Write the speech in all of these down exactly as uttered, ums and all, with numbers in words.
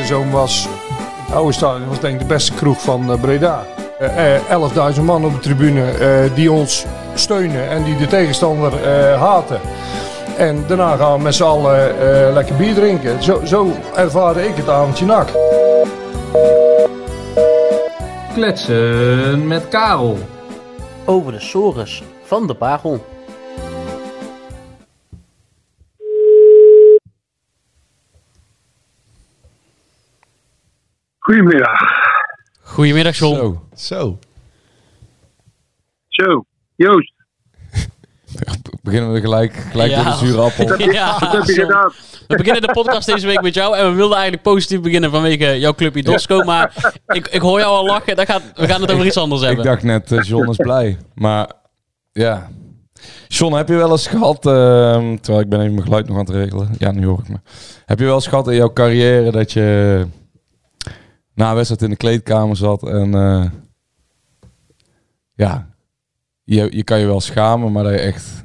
Beide-zoon was, het oude stadion was denk ik de beste kroeg van uh, Breda. Uh, uh, elfduizend man op de tribune uh, die ons steunen en die de tegenstander uh, haten. En daarna gaan we met z'n allen uh, lekker bier drinken. Zo, zo ervaarde ik het avondje N A C. Kletsen met Karel. Over de sores van de Bagel. Goedemiddag. Goedemiddag, John. Zo. Zo. Zo, Joost. Beginnen we gelijk, gelijk Ja. met de zure appel. Ja, Wat heb je John. gedaan? We beginnen de podcast deze week met jou. En we wilden eigenlijk positief beginnen vanwege jouw club Idosco. Maar ik, ik hoor jou al lachen. Dat gaat, we gaan het over iets anders Ik hebben. dacht net, uh, John is blij. Maar ja. John, heb je wel eens gehad... Uh, terwijl ik ben even mijn geluid nog aan het regelen. Ja, nu hoor ik me. Heb je wel eens gehad in jouw carrière dat je... na een wedstrijd in de kleedkamer zat en... Uh, ja... Je, je kan je wel schamen, maar dat je echt...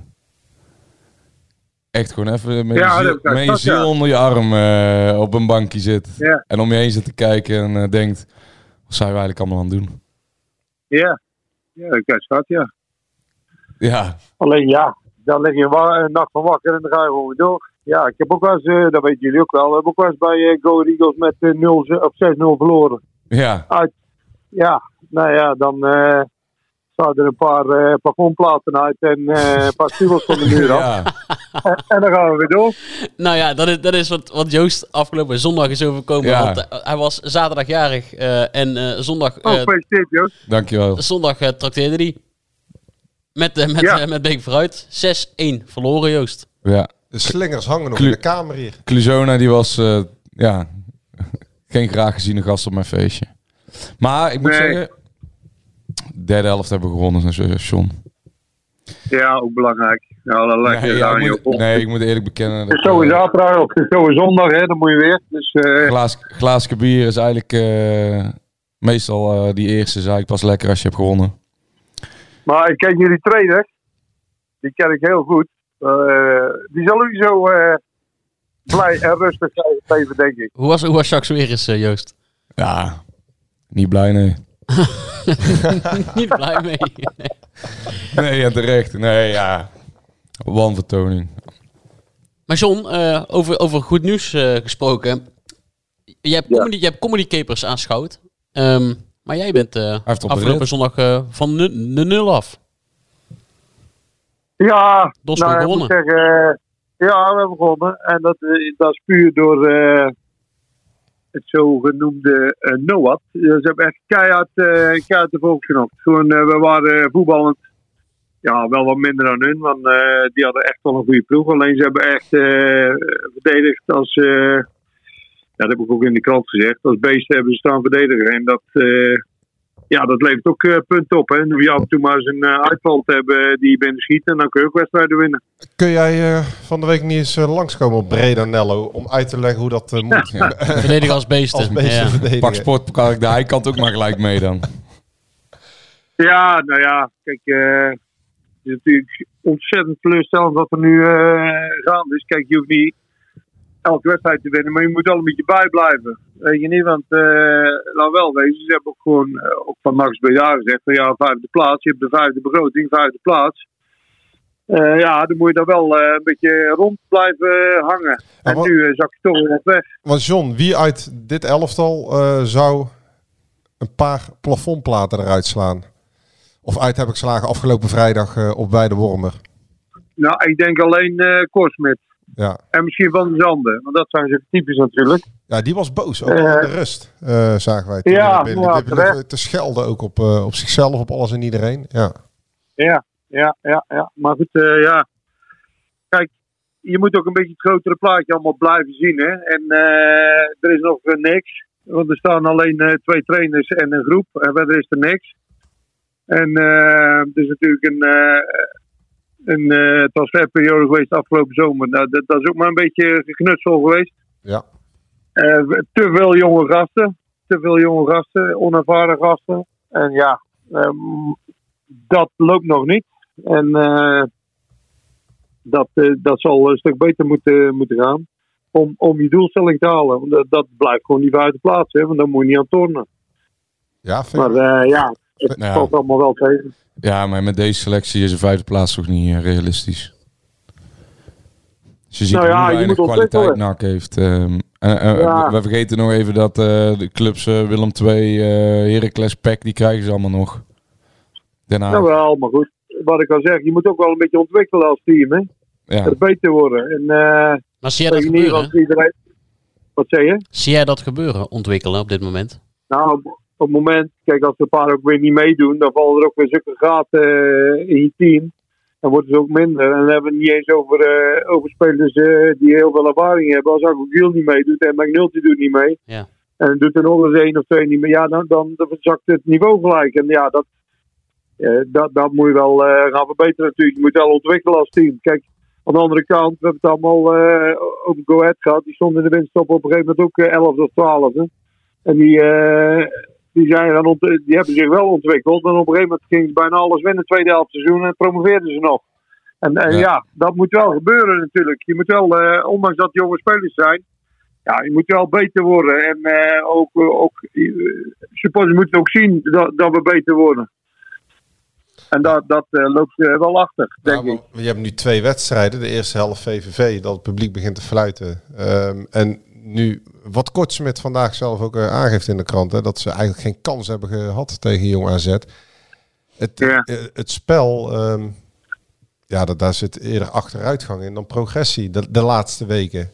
Echt gewoon even met Ja, je dat ziel, kan met je dat, ziel ja. onder je arm uh, op een bankje zit. Ja. En om je heen zit te kijken en uh, denkt... Wat zijn we eigenlijk allemaal aan het doen? Ja, ja, dat kan schat, ja. Ja, Alleen ja, dan lig je wa- een nacht van wakker en dan ga je gewoon weer door. Ja, ik heb ook wel eens, uh, dat weten jullie ook wel, we hebben ook wel eens bij uh, Go Eagles met uh, nul of zes nul verloren. ja. Uit, ja, nou ja, dan uh, staan er een paar uh, plafondplaten uit en uh, een paar spiegels van de muur af. ja. En, en dan gaan we weer door. Nou ja, dat is, dat is wat, wat Joost afgelopen zondag is overkomen. Ja. Want uh, hij was zaterdagjarig uh, en uh, zondag, Oh, uh, gefeliciteerd, Joost. Dankjewel. zondag uh, trakteerde hij. Met, uh, met, Ja. uh, met Beek vooruit. zes één verloren, Joost. Ja. De slingers hangen nog Klu- in de kamer hier. Cluzona die was... Uh, ja... geen graag geziene gast op mijn feestje. Maar ik moet Nee. zeggen... De derde helft hebben we gewonnen, zo- John. Ja, ook belangrijk. Ja, dat lijkt Nee, je ja, aan ik je moet, op. nee, ik moet eerlijk bekennen... Het is Dat, zo uh, zaterdag, of het is zo zondag, hè, dan moet je weer. Dus, uh, glaas, glaasje bier is eigenlijk... Uh, meestal uh, die eerste is eigenlijk pas lekker als je hebt gewonnen. maar ik ken jullie trainer, die ken ik heel goed. Uh, die zal u zo uh, blij en rustig geven, denk ik. Hoe was, hoe was Jacques Weris, uh, Joost? Ja, niet blij, nee. Niet blij mee. Nee, ja, terecht. Nee, ja. Wanvertoning. Maar John, uh, over, over goed nieuws uh, gesproken. Je hebt, Ja. comedy, je hebt Comedy Capers aanschouwd. Um, maar jij bent uh, heeft op de afgelopen rit. zondag uh, van de nul af. Ja, Dos nou, ik gewonnen. moet zeggen, uh, ja, we hebben gewonnen. En dat, uh, dat is puur door uh, het zogenoemde uh, NOAD. Ze hebben echt keihard, uh, keihard ervoor geknopt. Gewoon, uh, we waren voetballend. Ja, wel wat minder dan hun, want uh, die hadden echt wel een goede ploeg. Alleen ze hebben echt uh, verdedigd als, uh, ja, dat heb ik ook in de krant gezegd, als beesten hebben ze staan verdedigen. En dat, uh, ja, dat levert ook uh, punten op. Hè. Dan hoef je af en toe maar eens een uh, uitval te hebben die je binnen schiet en dan kun je ook wedstrijden winnen. Kun jij uh, van de week niet eens uh, langskomen op Breda Nello om uit te leggen hoe dat uh, moet? Ja. Verdedigen als beesten. Als beesten Ja. verdedigen. Pak Sport, kan ik de hijkant ook maar gelijk mee dan. Ja, nou ja, kijk, uh, het is natuurlijk ontzettend teleurstellend wat er nu uh, gaande is. Kijk, je hoeft niet elke wedstrijd te winnen, maar je moet wel een beetje bijblijven. Weet je niet, want uh, laat wel wezen, ze hebben ook gewoon, uh, ook van Max Breda gezegd, van ja, vijfde plaats, je hebt de vijfde begroting, vijfde plaats. Uh, ja, dan moet je daar wel uh, een beetje rond blijven hangen. Ja, En wat- nu uh, zak je toch weer wat weg. Want John, wie uit dit elftal uh, zou een paar plafondplaten eruit slaan? Of uit heb ik geslagen afgelopen vrijdag uh, op Weide Wormer? Nou, ik denk alleen uh, Korsmit. Ja. En misschien Van der Zanden, want dat zijn ze typisch natuurlijk. Ja, die was boos. Ook Eh, in de rust uh, zagen wij. toen ja, we binnen. ja, Die begon terecht. te schelden ook op, uh, op zichzelf, op alles en iedereen. Ja. Ja, ja, ja, ja. Maar goed, uh, ja. Kijk, je moet ook een beetje het grotere plaatje allemaal blijven zien, hè. En uh, er is nog uh, niks. Want er staan alleen uh, twee trainers en een groep. En verder is er niks. En uh, er is natuurlijk een, uh, een uh, transferperiode geweest afgelopen zomer. Nou, dat, dat is ook maar een beetje geknutsel geweest. Ja. Uh, te veel jonge gasten. Te veel jonge gasten. Onervaren gasten. En ja, um, dat loopt nog niet. En uh, dat, uh, dat zal een stuk beter moeten, moeten gaan. om, om je doelstelling te halen. Want dat, dat blijft gewoon niet buiten plaats, hè, want dan moet je niet aan tornen. Ja, vind Maar uh, ja, het Nou ja. valt allemaal wel tegen. Ja, maar met deze selectie is een vijfde plaats toch niet uh, realistisch. Dus je ziet Nou ja, hoe je weinig moet kwaliteit ontwikkelen. N A C heeft. Um, en, en, Ja. we vergeten nog even dat uh, de clubs uh, Willem twee, uh, Heracles, P E C, die krijgen ze allemaal nog. Daarna, Nou wel, maar goed. Wat ik al zeg, je moet ook wel een beetje ontwikkelen als team, hè. ja. Er beter worden. En, uh, Maar zie jij dat in ieder geval gebeuren? iedereen... Wat zeg je? Zie jij dat gebeuren, ontwikkelen op dit moment? Nou, op, op het moment, kijk, als de paar ook weer niet meedoen, dan vallen er ook weer zulke gaten uh, in je team. Dan wordt het ook minder. En dan hebben we het niet eens over, uh, over spelers uh, die heel veel ervaring hebben. Als Agogiel niet meedoet en McNulty doet niet mee. Ja. En doet er nog eens één of twee niet mee. Ja, dan, dan, dan zakt het niveau gelijk. En ja, dat, uh, dat, dat moet je wel uh, gaan verbeteren natuurlijk. Je moet wel ontwikkelen als team. Kijk, aan de andere kant, we hebben het allemaal uh, over Go Ahead gehad. Die stonden in de winststop op een gegeven moment ook uh, elf of twaalf. En die... Uh, Die, zijn dan ont- die hebben zich wel ontwikkeld. En op een gegeven moment gingen ze bijna alles winnen. Tweede helft seizoen. En promoveerden ze nog. En, en ja. ja, dat moet wel gebeuren natuurlijk. Je moet wel, uh, ondanks dat jonge spelers zijn. Ja, je moet wel beter worden. En uh, ook, uh, ook uh, supporters moeten ook zien dat, dat we beter worden. En dat, dat uh, loopt uh, wel achter, denk Nou, ik. je hebt nu twee wedstrijden. De eerste helft V V V, dat het publiek begint te fluiten. Um, en nu, wat Kortsmit vandaag zelf ook uh, aangeeft in de krant, hè, dat ze eigenlijk geen kans hebben gehad tegen Jong A Z. Het, Ja. uh, het spel, um, ja, dat, daar zit eerder achteruitgang in dan progressie de, de laatste weken.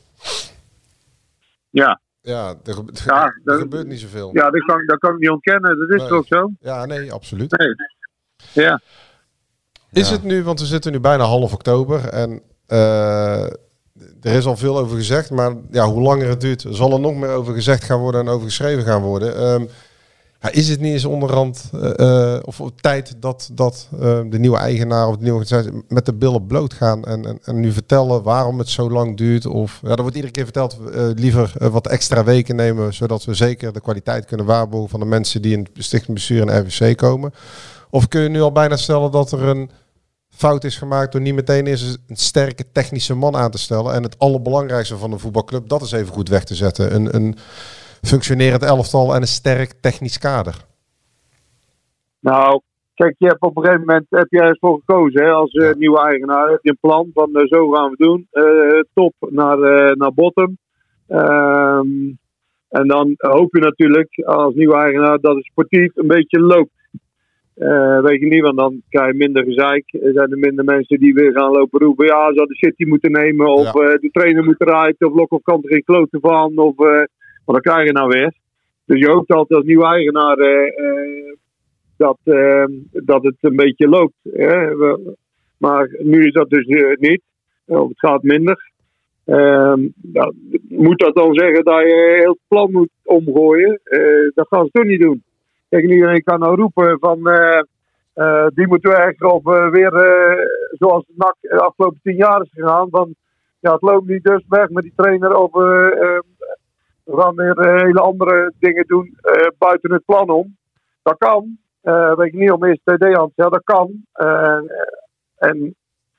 Ja, Ja, er, gebe- Ja, er dat- gebeurt niet zoveel. ja dat, kan, dat kan ik niet ontkennen. Dat is Nee. toch zo? Ja, nee, absoluut. Nee. Ja. Is Ja. het nu, want we zitten nu bijna half oktober en uh, er is al veel over gezegd, maar ja, hoe langer het duurt, zal er nog meer over gezegd gaan worden en over geschreven gaan worden. Um, ja, is het niet eens onderhand uh, uh, of op tijd dat, dat uh, de nieuwe eigenaar of de nieuwe organisatie met de billen bloot gaan en, en, en nu vertellen waarom het zo lang duurt? Of ja, er wordt iedere keer verteld, uh, liever uh, wat extra weken nemen, zodat we zeker de kwaliteit kunnen waarborgen van de mensen die in het stichtend bestuur en R V C komen. Of kun je nu al bijna stellen dat er een fout is gemaakt door niet meteen eens een sterke technische man aan te stellen en het allerbelangrijkste van een voetbalclub, dat is even goed weg te zetten. Een, een functionerend elftal en een sterk technisch kader. Nou, kijk, je hebt op een gegeven moment heb je ergens voor gekozen. Hè? Als uh, nieuwe eigenaar heb je een plan van uh, zo gaan we doen. Uh, top naar, uh, naar bottom. Um, en dan hoop je natuurlijk als nieuwe eigenaar dat het sportief een beetje loopt. Uh, weet je niet, want dan krijg je minder gezeik. Er zijn er minder mensen die weer gaan lopen roepen. Ja, ze hadden City moeten nemen. Of Ja. uh, de trainer moet eruit. Of Lok of kan er geen kloten van. Of, uh, maar dan krijg je nou weer. Dus je hoopt altijd als nieuwe eigenaar uh, uh, dat, uh, dat het een beetje loopt. Hè? We, maar nu is dat dus uh, niet. Of het gaat minder. Uh, nou, moet dat dan zeggen dat je heel het plan moet omgooien? Uh, dat gaan ze toch niet doen. Kijk, iedereen kan nou roepen van uh, uh, die moeten we echt of uh, weer uh, zoals het N A C de afgelopen tien jaar is gegaan. Van ja, het loopt niet dus weg met die trainer of uh, uh, we gaan weer uh, hele andere dingen doen uh, buiten het plan om. Dat kan. Uh, weet ik niet om eerst T D aan te stellen, dat kan. Uh, en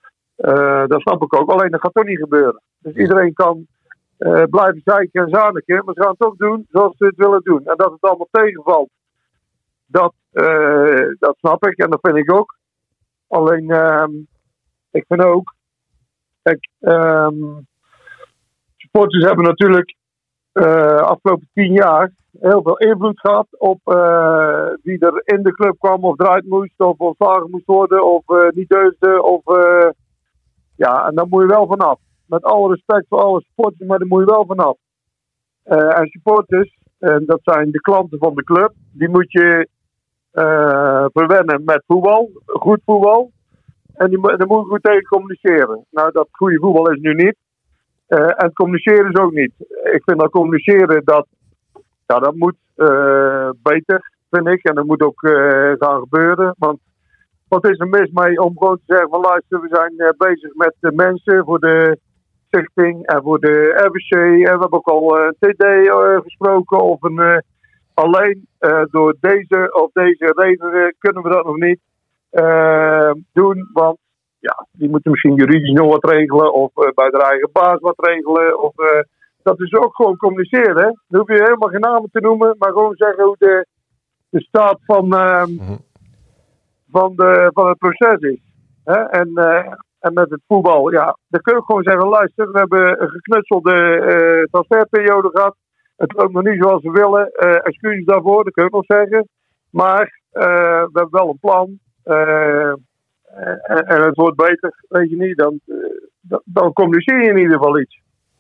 uh, dat snap ik ook. Alleen dat gaat toch niet gebeuren. Dus iedereen kan uh, blijven zeiken en zaniken, maar ze gaan het toch doen zoals ze het willen doen. En dat het allemaal tegenvalt. Dat, uh, dat snap ik en dat vind ik ook. Alleen, uh, ik vind ook... Kijk, um, supporters hebben natuurlijk uh, afgelopen tien jaar heel veel invloed gehad op uh, wie er in de club kwam of eruit moest of ontslagen moest worden of uh, niet deugde. Of, uh, ja, en daar moet je wel vanaf. Met alle respect voor alle supporters, maar daar moet je wel vanaf. Uh, en supporters, en dat zijn de klanten van de club, die moet je uh, verwennen met voetbal, goed voetbal. En die, daar moet je goed tegen communiceren. Nou, dat goede voetbal is nu niet. Uh, en het communiceren is ook niet. Ik vind dat communiceren, dat, ja, dat moet uh, beter, vind ik. En dat moet ook uh, gaan gebeuren. Want wat is er mis mee om gewoon te zeggen van luister, we zijn uh, bezig met de mensen voor de stichting en voor de R V C. En we hebben ook al een uh, T D uh, gesproken. Of een, uh, alleen uh, door deze of deze redenen kunnen we dat nog niet uh, doen. Want ja, die moeten misschien juridisch nog wat regelen. Of uh, bij de eigen baas wat regelen. Of uh, dat is ook gewoon communiceren. Hè? Dan hoef je helemaal geen namen te noemen, maar gewoon zeggen hoe de, de staat van, uh, Mhm. van, de, van het proces is. Hè? En, uh, en met het voetbal, ja, dan kun je ook gewoon zeggen, luister, we hebben een geknutselde uh, transferperiode gehad. Het loopt nog niet zoals we willen. Uh, excuses daarvoor, dat kun je ook nog zeggen. Maar uh, we hebben wel een plan. Uh, en, en het wordt beter, weet je niet. Dan, uh, dan, dan communiceer je in ieder geval iets.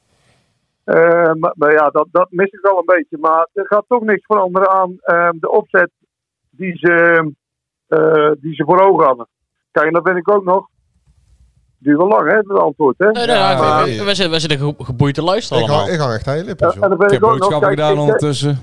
Uh, maar, maar ja, dat, dat mis ik wel een beetje. Maar er gaat toch niks veranderen aan uh, de opzet die ze, uh, die ze voor ogen hadden. Kijk, en dat ben ik ook nog. Duurt wel lang, hè, het antwoord, hè? Nee, nee, Ja, we, nee. we, we zitten, we zitten ge- geboeid te luisteren Ik allemaal. hang, ik hang echt aan je lippen, Ja, John. en dan ben Ik ik heb ook nog. boodschappen Kijk, gedaan ik, ondertussen.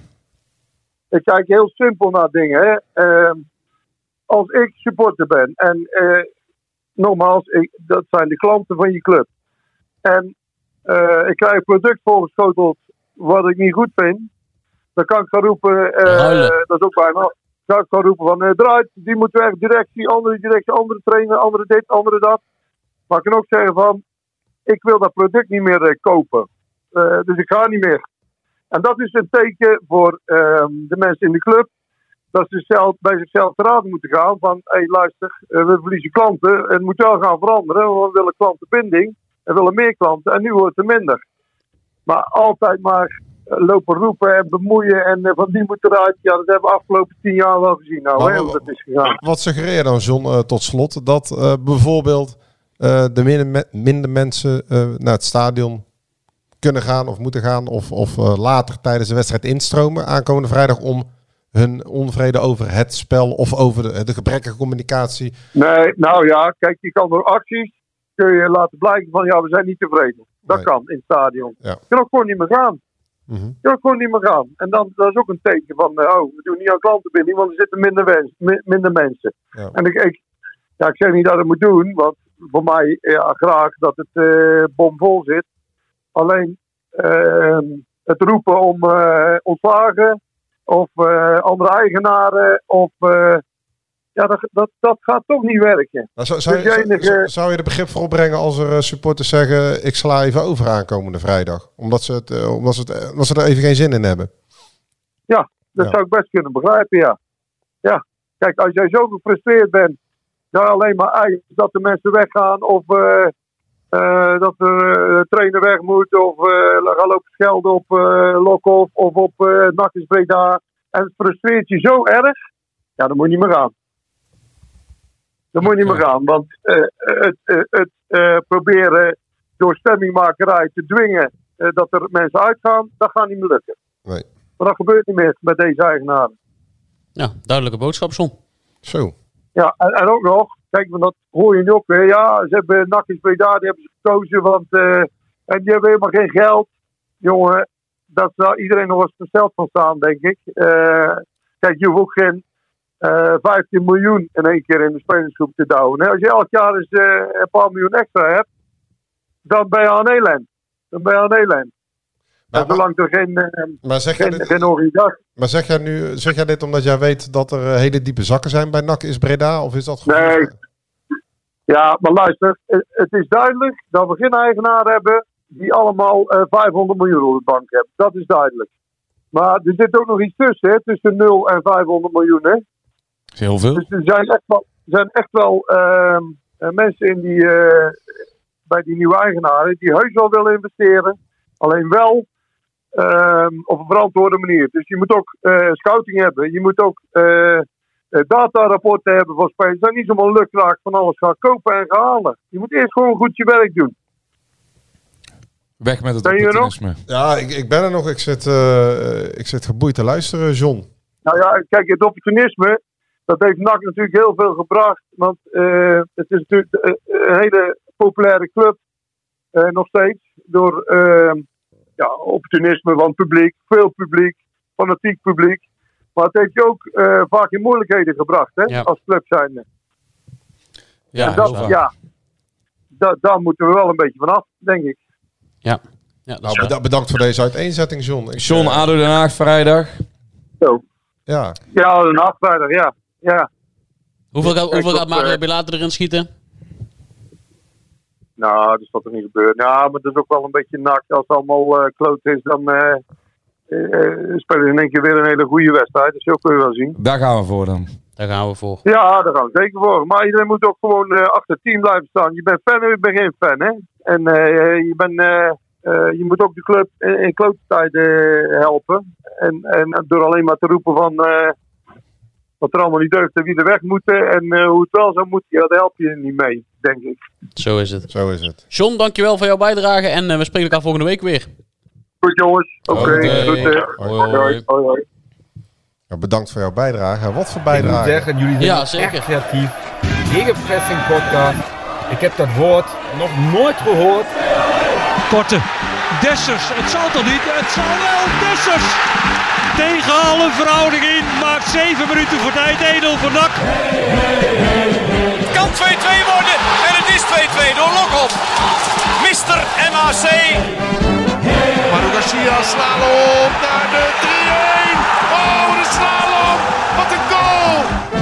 ik kijk heel simpel naar dingen, hè. Uh, als ik supporter ben en uh, nogmaals, ik, dat zijn de klanten van je club. En uh, ik krijg een product voorgeschoteld wat ik niet goed vind. Dan kan ik gaan roepen, uh, Ruilen. dat is ook bijna, kan ik gaan roepen van uh, eruit, die moet weg, directie, andere directie, andere trainer, andere dit, andere dat. Maar ik kan ook zeggen van, ik wil dat product niet meer uh, kopen. Uh, dus ik ga niet meer. En dat is een teken voor uh, de mensen in de club. Dat ze zelf, bij zichzelf te raden moeten gaan van, hé hey, luister, uh, we verliezen klanten. Het moet wel gaan veranderen, want we willen klantenbinding. We willen meer klanten en nu wordt het minder. Maar altijd maar uh, lopen roepen en bemoeien en uh, van die moet eruit. Ja, dat hebben we afgelopen tien jaar wel gezien nou, Maar hè, wa- hoe dat is gegaan. Wat suggereer je dan, John, uh, tot slot? Dat uh, bijvoorbeeld uh, de minder, me- minder mensen uh, naar het stadion kunnen gaan of moeten gaan... of, of uh, later tijdens de wedstrijd instromen aankomende vrijdag... om hun onvrede over het spel of over de, de gebrekkige communicatie... Nee, nou ja, kijk, je kan door acties kun je laten blijken van ja, we zijn niet tevreden. Dat Nee. kan in het stadion. Ja. Je kan ook gewoon niet meer gaan. Mhm. Je kan ook gewoon niet meer gaan. En dan dat is ook een teken van, uh, oh, we doen niet aan klantenbinding, want er zitten minder, wens, mi- minder mensen. Ja. En ik, ik, ja, ik zeg niet dat het moet doen, want voor mij ja, graag dat het uh, bomvol zit. Alleen uh, het roepen om uh, ontslagen of uh, andere eigenaren of... Uh, ja, dat, dat, dat gaat toch niet werken. Nou, zou, zou, Dus je, de enige- zou- zou je er begrip voor opbrengen als er uh, supporters zeggen... ik sla even over aankomende vrijdag? Omdat ze, het, uh, omdat, ze het, uh, omdat ze er even geen zin in hebben. Dat Ja. zou ik best kunnen begrijpen, ja. Ja, kijk, als jij zo gefrustreerd bent, ja, alleen maar eigenlijk dat de mensen weggaan of uh, uh, dat de uh, trainer weg moet of uh, gaan lopen schelden op uh, Lokhoff of op uh, N A C Breda en het frustreert je zo erg, ja, dan moet je niet meer gaan. Dan moet je niet meer gaan, want uh, het, uh, het uh, proberen door stemmingmakerij te dwingen uh, dat er mensen uitgaan, dat gaat niet meer lukken. Nee. Maar dat gebeurt niet meer met deze eigenaren. Ja, duidelijke boodschap, John. Zo. Ja, en, en ook nog, kijk, want dat hoor je nu ook weer. Ja, ze hebben N A C Breda, die hebben ze gekozen, want uh, en die hebben helemaal geen geld. Jongen, dat zou iedereen nog eens versteld van staan, denk ik. Uh, kijk, je hoeft ook geen uh, vijftien miljoen in één keer in de spelersgroep te douwen. Hè? Als je elk jaar eens uh, een paar miljoen extra hebt, dan ben je aan Nederland. Dan ben je aan Nederland. Maar, En maar, zolang er geen, uh, maar, zeg jij geen, dit, geen organisatie... maar zeg jij nu zeg jij dit omdat jij weet dat er uh, hele diepe zakken zijn bij N A C is Breda? Of is dat gewoon... Nee. Ja, maar luister, het, het is duidelijk dat we geen eigenaar hebben die allemaal uh, vijfhonderd miljoen op de bank hebben. Dat is duidelijk. Maar er zit ook nog iets tussen, hè, tussen nul en vijfhonderd miljoen. Hè. Is heel veel. Dus er zijn echt wel, er zijn echt wel uh, uh, mensen in die, uh, bij die nieuwe eigenaren die heus wel willen investeren. Alleen wel uh, op een verantwoorde manier. Dus je moet ook uh, scouting hebben. Je moet ook uh, uh, datarapporten hebben van spelers. Dat is niet zomaar lukraak van alles gaan kopen en gaan halen. Je moet eerst gewoon goed je werk doen. Weg met het Ben je er nog? opportunisme. Ja, ik, ik ben er nog. Ik zit, uh, ik zit geboeid te luisteren, John. Nou ja, kijk, het opportunisme, dat heeft N A C natuurlijk heel veel gebracht. Want uh, het is natuurlijk uh, een hele populaire club. Uh, nog steeds. Door uh, ja, opportunisme van het publiek. Veel publiek. Fanatiek publiek. Maar het heeft je ook uh, vaak in moeilijkheden gebracht. Hè, Ja. als club zijnde. Ja, En dat, heel vaak. ja, da, daar moeten we wel een beetje vanaf, denk ik. Ja, ja dat is Nou, waar. beda- bedankt voor deze uiteenzetting, John. Ik, John, uh, A D O Den Haag vrijdag. Zo. Ja, Ja, een afvrijdag, ja. ja. Hoeveel gaat, hoeveel Ik gaat ook, Mario eh, Bilater erin schieten? Nou, dat zal toch niet gebeuren. Ja, maar dat is ook wel een beetje nak. Als het allemaal uh, kloot is, dan uh, uh, spelen we in één keer weer een hele goede wedstrijd. Dus zo kun je wel zien. Daar gaan we voor dan. Daar gaan we voor. Ja, daar gaan we zeker voor. Maar iedereen moet ook gewoon uh, achter het team blijven staan. Je bent fan of je bent geen fan, hè. En uh, je, bent, uh, uh, je moet ook de club in, in klote tijden uh, helpen. En, en door alleen maar te roepen van... Uh, wat er allemaal niet deugt en wie er weg moeten en uh, hoe het wel zou moeten, ja, daar help je niet mee, denk ik. Zo is het. Zo is het. John, dankjewel voor jouw bijdrage en uh, we spreken elkaar volgende week weer. Goed jongens, oké. Okay. Goed, uh, Hoi, hoi. hoi, hoi. Ja, bedankt voor jouw bijdrage. Wat voor Ik moet bijdrage? zeggen, jullie zijn Ja, echt zeker. creatief. Gegenpressing podcast. Ik heb dat woord nog nooit gehoord. Korte. Dessers. Het zal toch niet? Het zal wel. Dessers. Tegen alle verhouding in. Maakt zeven minuten voor tijd. één nul voor N A C. Het kan twee-twee worden. En het is twee-twee door Lokop. mister M A C. Manu Garcia, slalom naar de drie-een. Oh, de slalom. Wat een goal.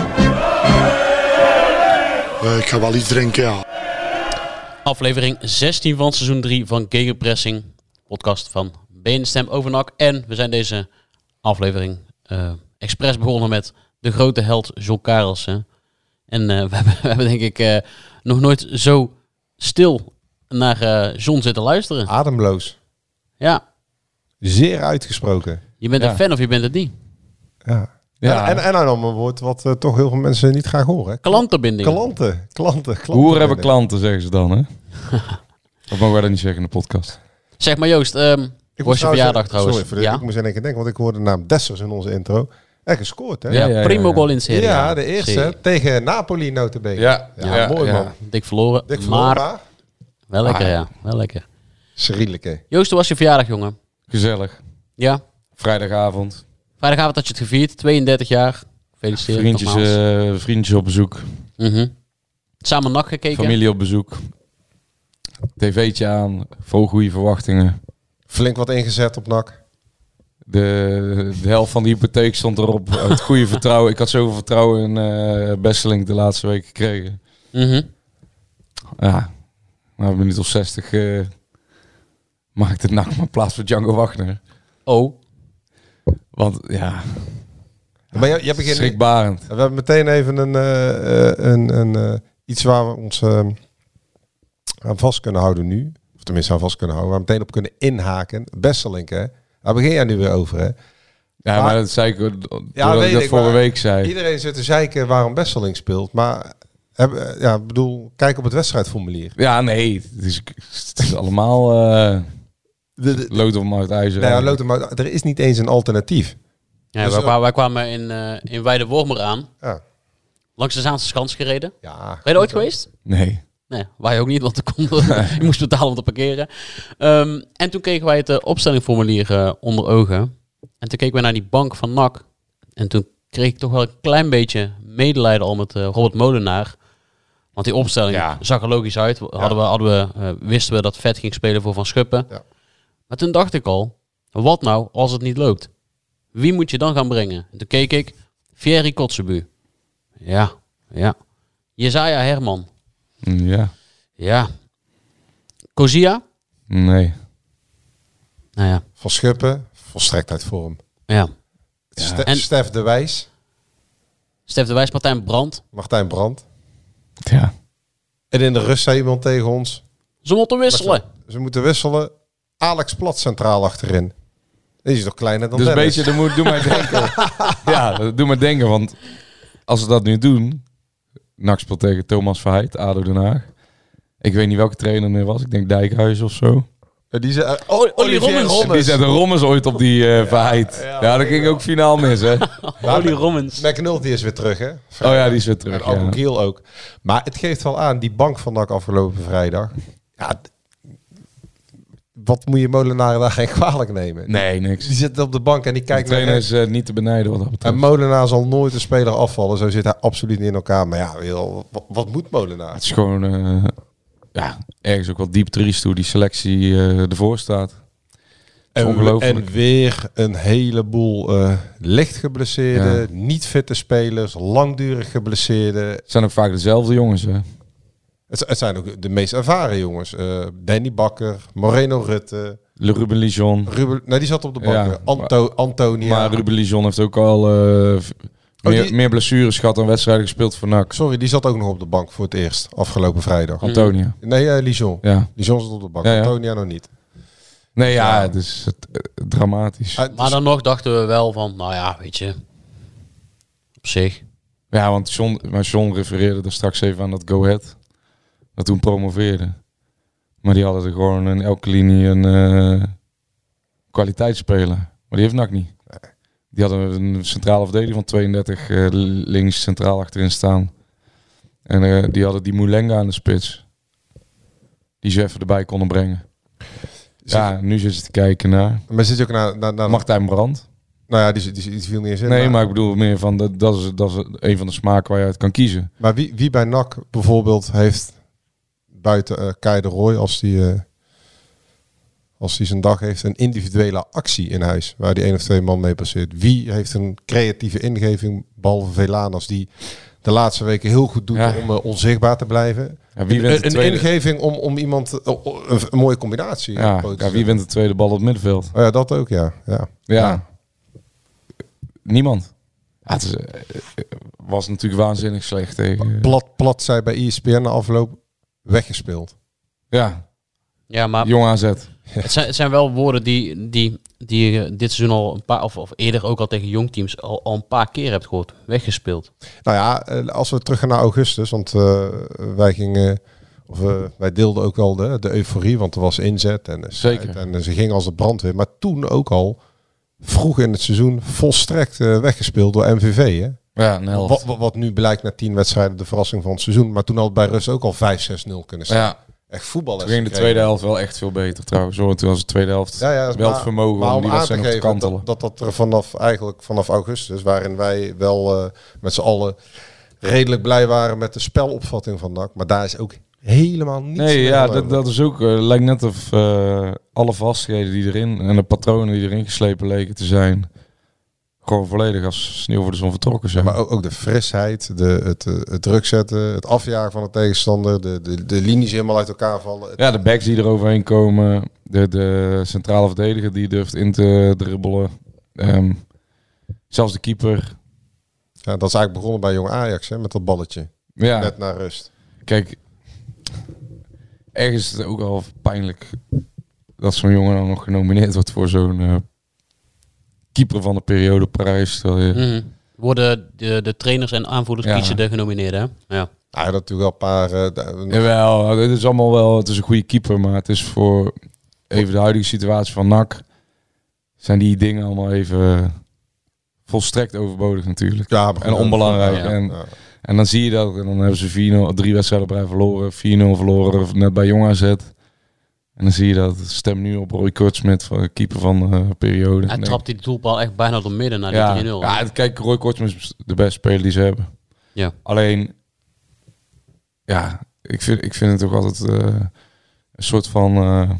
Uh, ik ga wel iets drinken, ja. Aflevering zestien van seizoen drie van Gegenpressing. Podcast van B N Stem over N A C. En we zijn deze aflevering uh, expres begonnen met de grote held John Karelsen. En uh, we, hebben, we hebben denk ik uh, nog nooit zo stil naar uh, John zitten luisteren. Ademloos. Ja, Zeer uitgesproken. je bent Ja. een fan of je bent het niet. Ja. Ja. En, en, en dan een woord wat uh, toch heel veel mensen niet graag horen. Hè? Klantenbinding. Klanten. Klanten. klanten Boeren hebben klanten, zeggen ze dan, hè? Of mogen wij dat niet zeggen in de podcast? Zeg maar Joost, um, Ik was je moest verjaardag trouwens? Sorry, voor de, ja, ik moest in één keer denken, want ik hoorde de naam Dessers in onze intro. En gescoord, hè? ja, ja, ja, primo ja. goal in serie. Ja, de eerste. Serie. Tegen Napoli notabene. Ja, ja, ja, mooi ja. man. Dik verloren, Dik maar verloren. wel lekker Ah. ja, wel lekker. Schrielijke. Joost, hoe was je verjaardag jongen? Gezellig. Ja, Vrijdagavond. vrijdagavond had je het gevierd, tweeëndertig jaar. Gefeliciteerd Vriendjes, nogmaals. uh, vriendjes op bezoek. Mhm. Samen N A C gekeken. Familie op bezoek. tv'tje aan. Vol goede verwachtingen. Flink wat ingezet op N A C. De, de helft van de hypotheek stond erop. Het goede vertrouwen. Ik had zoveel vertrouwen in uh, Besseling de laatste week gekregen. Mhm. Ja, na een minuut of zestig uh, maakte het N A C maar plaats voor Django Wagner. Oh, Want ja, Maar je, je hebt begin, schrikbarend. we hebben meteen even een, uh, een, een uh, iets waar we ons uh, aan vast kunnen houden nu. Of tenminste aan vast kunnen houden. Waar we meteen op kunnen inhaken. Besselink, hè. Daar begin jij nu weer over, hè. Ja, maar, Maar- dat zei ik doordat Ja, weet ik dat ik, vorige maar week zei. Iedereen zit te zeiken waarom Besselink speelt. Maar, heb, ja, ik bedoel, kijk op het wedstrijdformulier. Ja, nee. Het is, het is allemaal uh, De, de, lood om uit ijzer. nou ja, Lothar, maar er is niet eens een alternatief. ja, Dus, wij, uh, kwamen, wij kwamen in, uh, in Weidewormer aan. Ja. Langs de Zaanse Schans gereden. Ja. Ben je er ooit geweest? Nee. Nee, wij ook niet, want er kon, je moest betalen om te parkeren. Um, en toen kregen wij het uh, opstellingformulier uh, onder ogen. En toen keken we naar die bank van N A C. En toen kreeg ik toch wel een klein beetje medelijden al met uh, Robert Molenaar. Want die opstelling Ja. zag er logisch uit. Hadden we, hadden we, uh, wisten we dat Vet ging spelen voor Van Schuppen. Ja. Maar toen dacht ik al, wat nou als het niet loopt? Wie moet je dan gaan brengen? En toen keek ik, Thierry Kotzebu. Ja, ja. Jezaja Herman. Ja. Ja. Kozia? Nee. Nou ja. Van Schuppen, volstrekt uit vorm. Ja. Ste- En- Stef de Wijs, Stef de Wijs, Martijn Brandt. Martijn Brandt. Ja. En in de rust zei iemand tegen ons, Ze moeten wisselen. ze moeten wisselen. Alex Plat centraal achterin. Die is toch kleiner dan Dus een Dennis? beetje, dat moet doe mij denken. Ja, dat doet mij denken, want als ze dat nu doen, N A C speelt tegen Thomas Verheid, A D O Den Haag. Ik weet niet welke trainer er was. Ik denk Dijkhuis of zo. Die zei, uh, Oli Olivier Rommens. Rommens. Die zette Rommens ooit op die uh, Verheid. Ja, ja, dat ging ook finaal mis, hè? Oli Rommens. McNulty is weer terug, hè? Oh ja, die is weer terug. En Ja. Aboukil ook. Maar het geeft wel aan, die bank van N A C afgelopen vrijdag. Ja, d- wat moet je Molenaar daar geen kwalijk nemen? Nee, niks. Die zit op de bank en die De kijkt naar trainer rechts. is uh, niet te benijden wat dat En betreft. Molenaar zal nooit een speler afvallen. Zo zit hij absoluut niet in elkaar. Maar ja, joh, wat, wat moet Molenaar? Het is gewoon uh, ja, ergens ook wel diep triest hoe die selectie uh, ervoor staat. En, ongelooflijk. en weer een heleboel uh, licht geblesseerden, Ja. niet fitte spelers, langdurig geblesseerden. Het zijn ook vaak dezelfde jongens, hè? Het, het zijn ook de meest ervaren jongens. Uh, Danny Bakker, Moreno Rutte. Le Ruben Lijon. Ruben, nee, die zat op de bank. Ja, Anto, maar, Antonia. Maar Ruben Lijon heeft ook al uh, oh, meer, die... meer blessures gehad dan wedstrijden gespeeld voor N A C. Sorry, die zat ook nog op de bank voor het eerst. Afgelopen vrijdag. Antonia. Nee, uh, Lijon. Ja. Lijon zat op de bank. Ja, ja. Antonia nog niet. Nee, ja, ja. Het is het, uh, dramatisch. Uh, maar dan nog dachten we wel van, nou ja, weet je... Op zich. Ja, want John, maar John refereerde er straks even aan dat Go Ahead. Dat toen promoveerde. Maar die hadden er gewoon in elke linie een uh, kwaliteitsspeler. Maar die heeft N A C niet. Nee. Die hadden een centrale verdediger van tweeëndertig uh, links centraal achterin staan. En uh, die hadden die Moulenga aan de spits. Die ze even erbij konden brengen. Zit ja, je... nu zit je te kijken naar... Maar zit je ook naar... naar, naar Martijn Brandt. Nou ja, die, die, die viel niet eens in. Nee, maar, maar ik bedoel meer van... Dat, dat, is, dat is een van de smaken waar je uit kan kiezen. Maar wie, wie bij N A C bijvoorbeeld heeft... Buiten uh, Kai de Roy, als die, uh, als die zijn dag heeft, een individuele actie in huis. Waar die één of twee man mee passeert. Wie heeft een creatieve ingeving, behalve Velanas, die de laatste weken heel goed doet ja. om uh, onzichtbaar te blijven. Ja, wie wint een, een ingeving om, om iemand, uh, een, een mooie combinatie. Ja, ja, wie wint de tweede bal op het middenveld? Oh ja, dat ook, ja. Ja, ja. ja. Niemand. Ja, het is, uh, was natuurlijk waanzinnig slecht tegen... Plat, plat zei bij E S P N na afloop... Weggespeeld. Ja. Ja, maar Jong A Z. Het zijn, het zijn wel woorden die, die, die je dit seizoen al een paar, of, of eerder ook al tegen jongteams al, al een paar keer hebt gehoord. Weggespeeld. Nou ja, als we terug gaan naar augustus, want uh, wij gingen, of uh, wij deelden ook wel de, de euforie, want er was inzet en Zeker. en ze gingen als de brandweer. Maar toen ook al vroeg in het seizoen volstrekt uh, weggespeeld door M V V, hè? Ja, een helft. Wat, wat, wat nu blijkt na tien wedstrijden de verrassing van het seizoen. Maar toen had bij rust ook al vijf zes nul kunnen staan. Ja. Echt voetbal. Toen ging de tweede helft wel echt veel beter trouwens. Zo, toen was de tweede helft ja, ja, wel het vermogen maar om die wedstrijd te te kantelen. Dat, dat dat er vanaf, eigenlijk vanaf augustus, waarin wij wel uh, met z'n allen redelijk blij waren met de spelopvatting van N A C. Maar daar is ook helemaal niets Nee, ja, van dat, dat is ook, uh, lijkt net of uh, alle vastigheden die erin en de patronen die erin geslepen leken te zijn... Gewoon volledig als sneeuw voor de zon vertrokken zijn. Ja, maar ook, ook de frisheid, de, het, het druk zetten, het afjagen van de tegenstander, de, de, de linies helemaal uit elkaar vallen. Ja, de backs die er overheen komen, de, de centrale verdediger die durft in te dribbelen. Um, zelfs de keeper. Ja, dat is eigenlijk begonnen bij Jong Ajax, hè, met dat balletje. Ja. Net naar rust. Kijk, ergens is het ook wel pijnlijk dat zo'n jongen dan nog genomineerd wordt voor zo'n... Uh, keeper van de periodeprijs. Je... Mm-hmm. Worden de, de trainers en aanvoerders ja. kiezen de genomineerden, hè? Ja. Ja, dat natuurlijk wel een paar... Uh, de, Jawel, het is allemaal wel... Het is een goede keeper, maar het is voor even de huidige situatie van N A C... zijn die dingen allemaal even volstrekt overbodig natuurlijk. Ja, en onbelangrijk. Ja, ja. En, ja. en dan zie je dat, en dan hebben ze vier nul, drie wedstrijden op rij verloren, vier nul verloren, net bij Jong A Z. En dan zie je dat stem nu op Roy Kortsmit, van keeper van de periode. Hij trapt die doelbal echt bijna door midden naar ja, die drie nul. Ja, kijk, Roy Kortsmit is de beste speler die ze hebben. Ja. Alleen, ja, ik vind, ik vind het ook altijd uh, een soort van uh,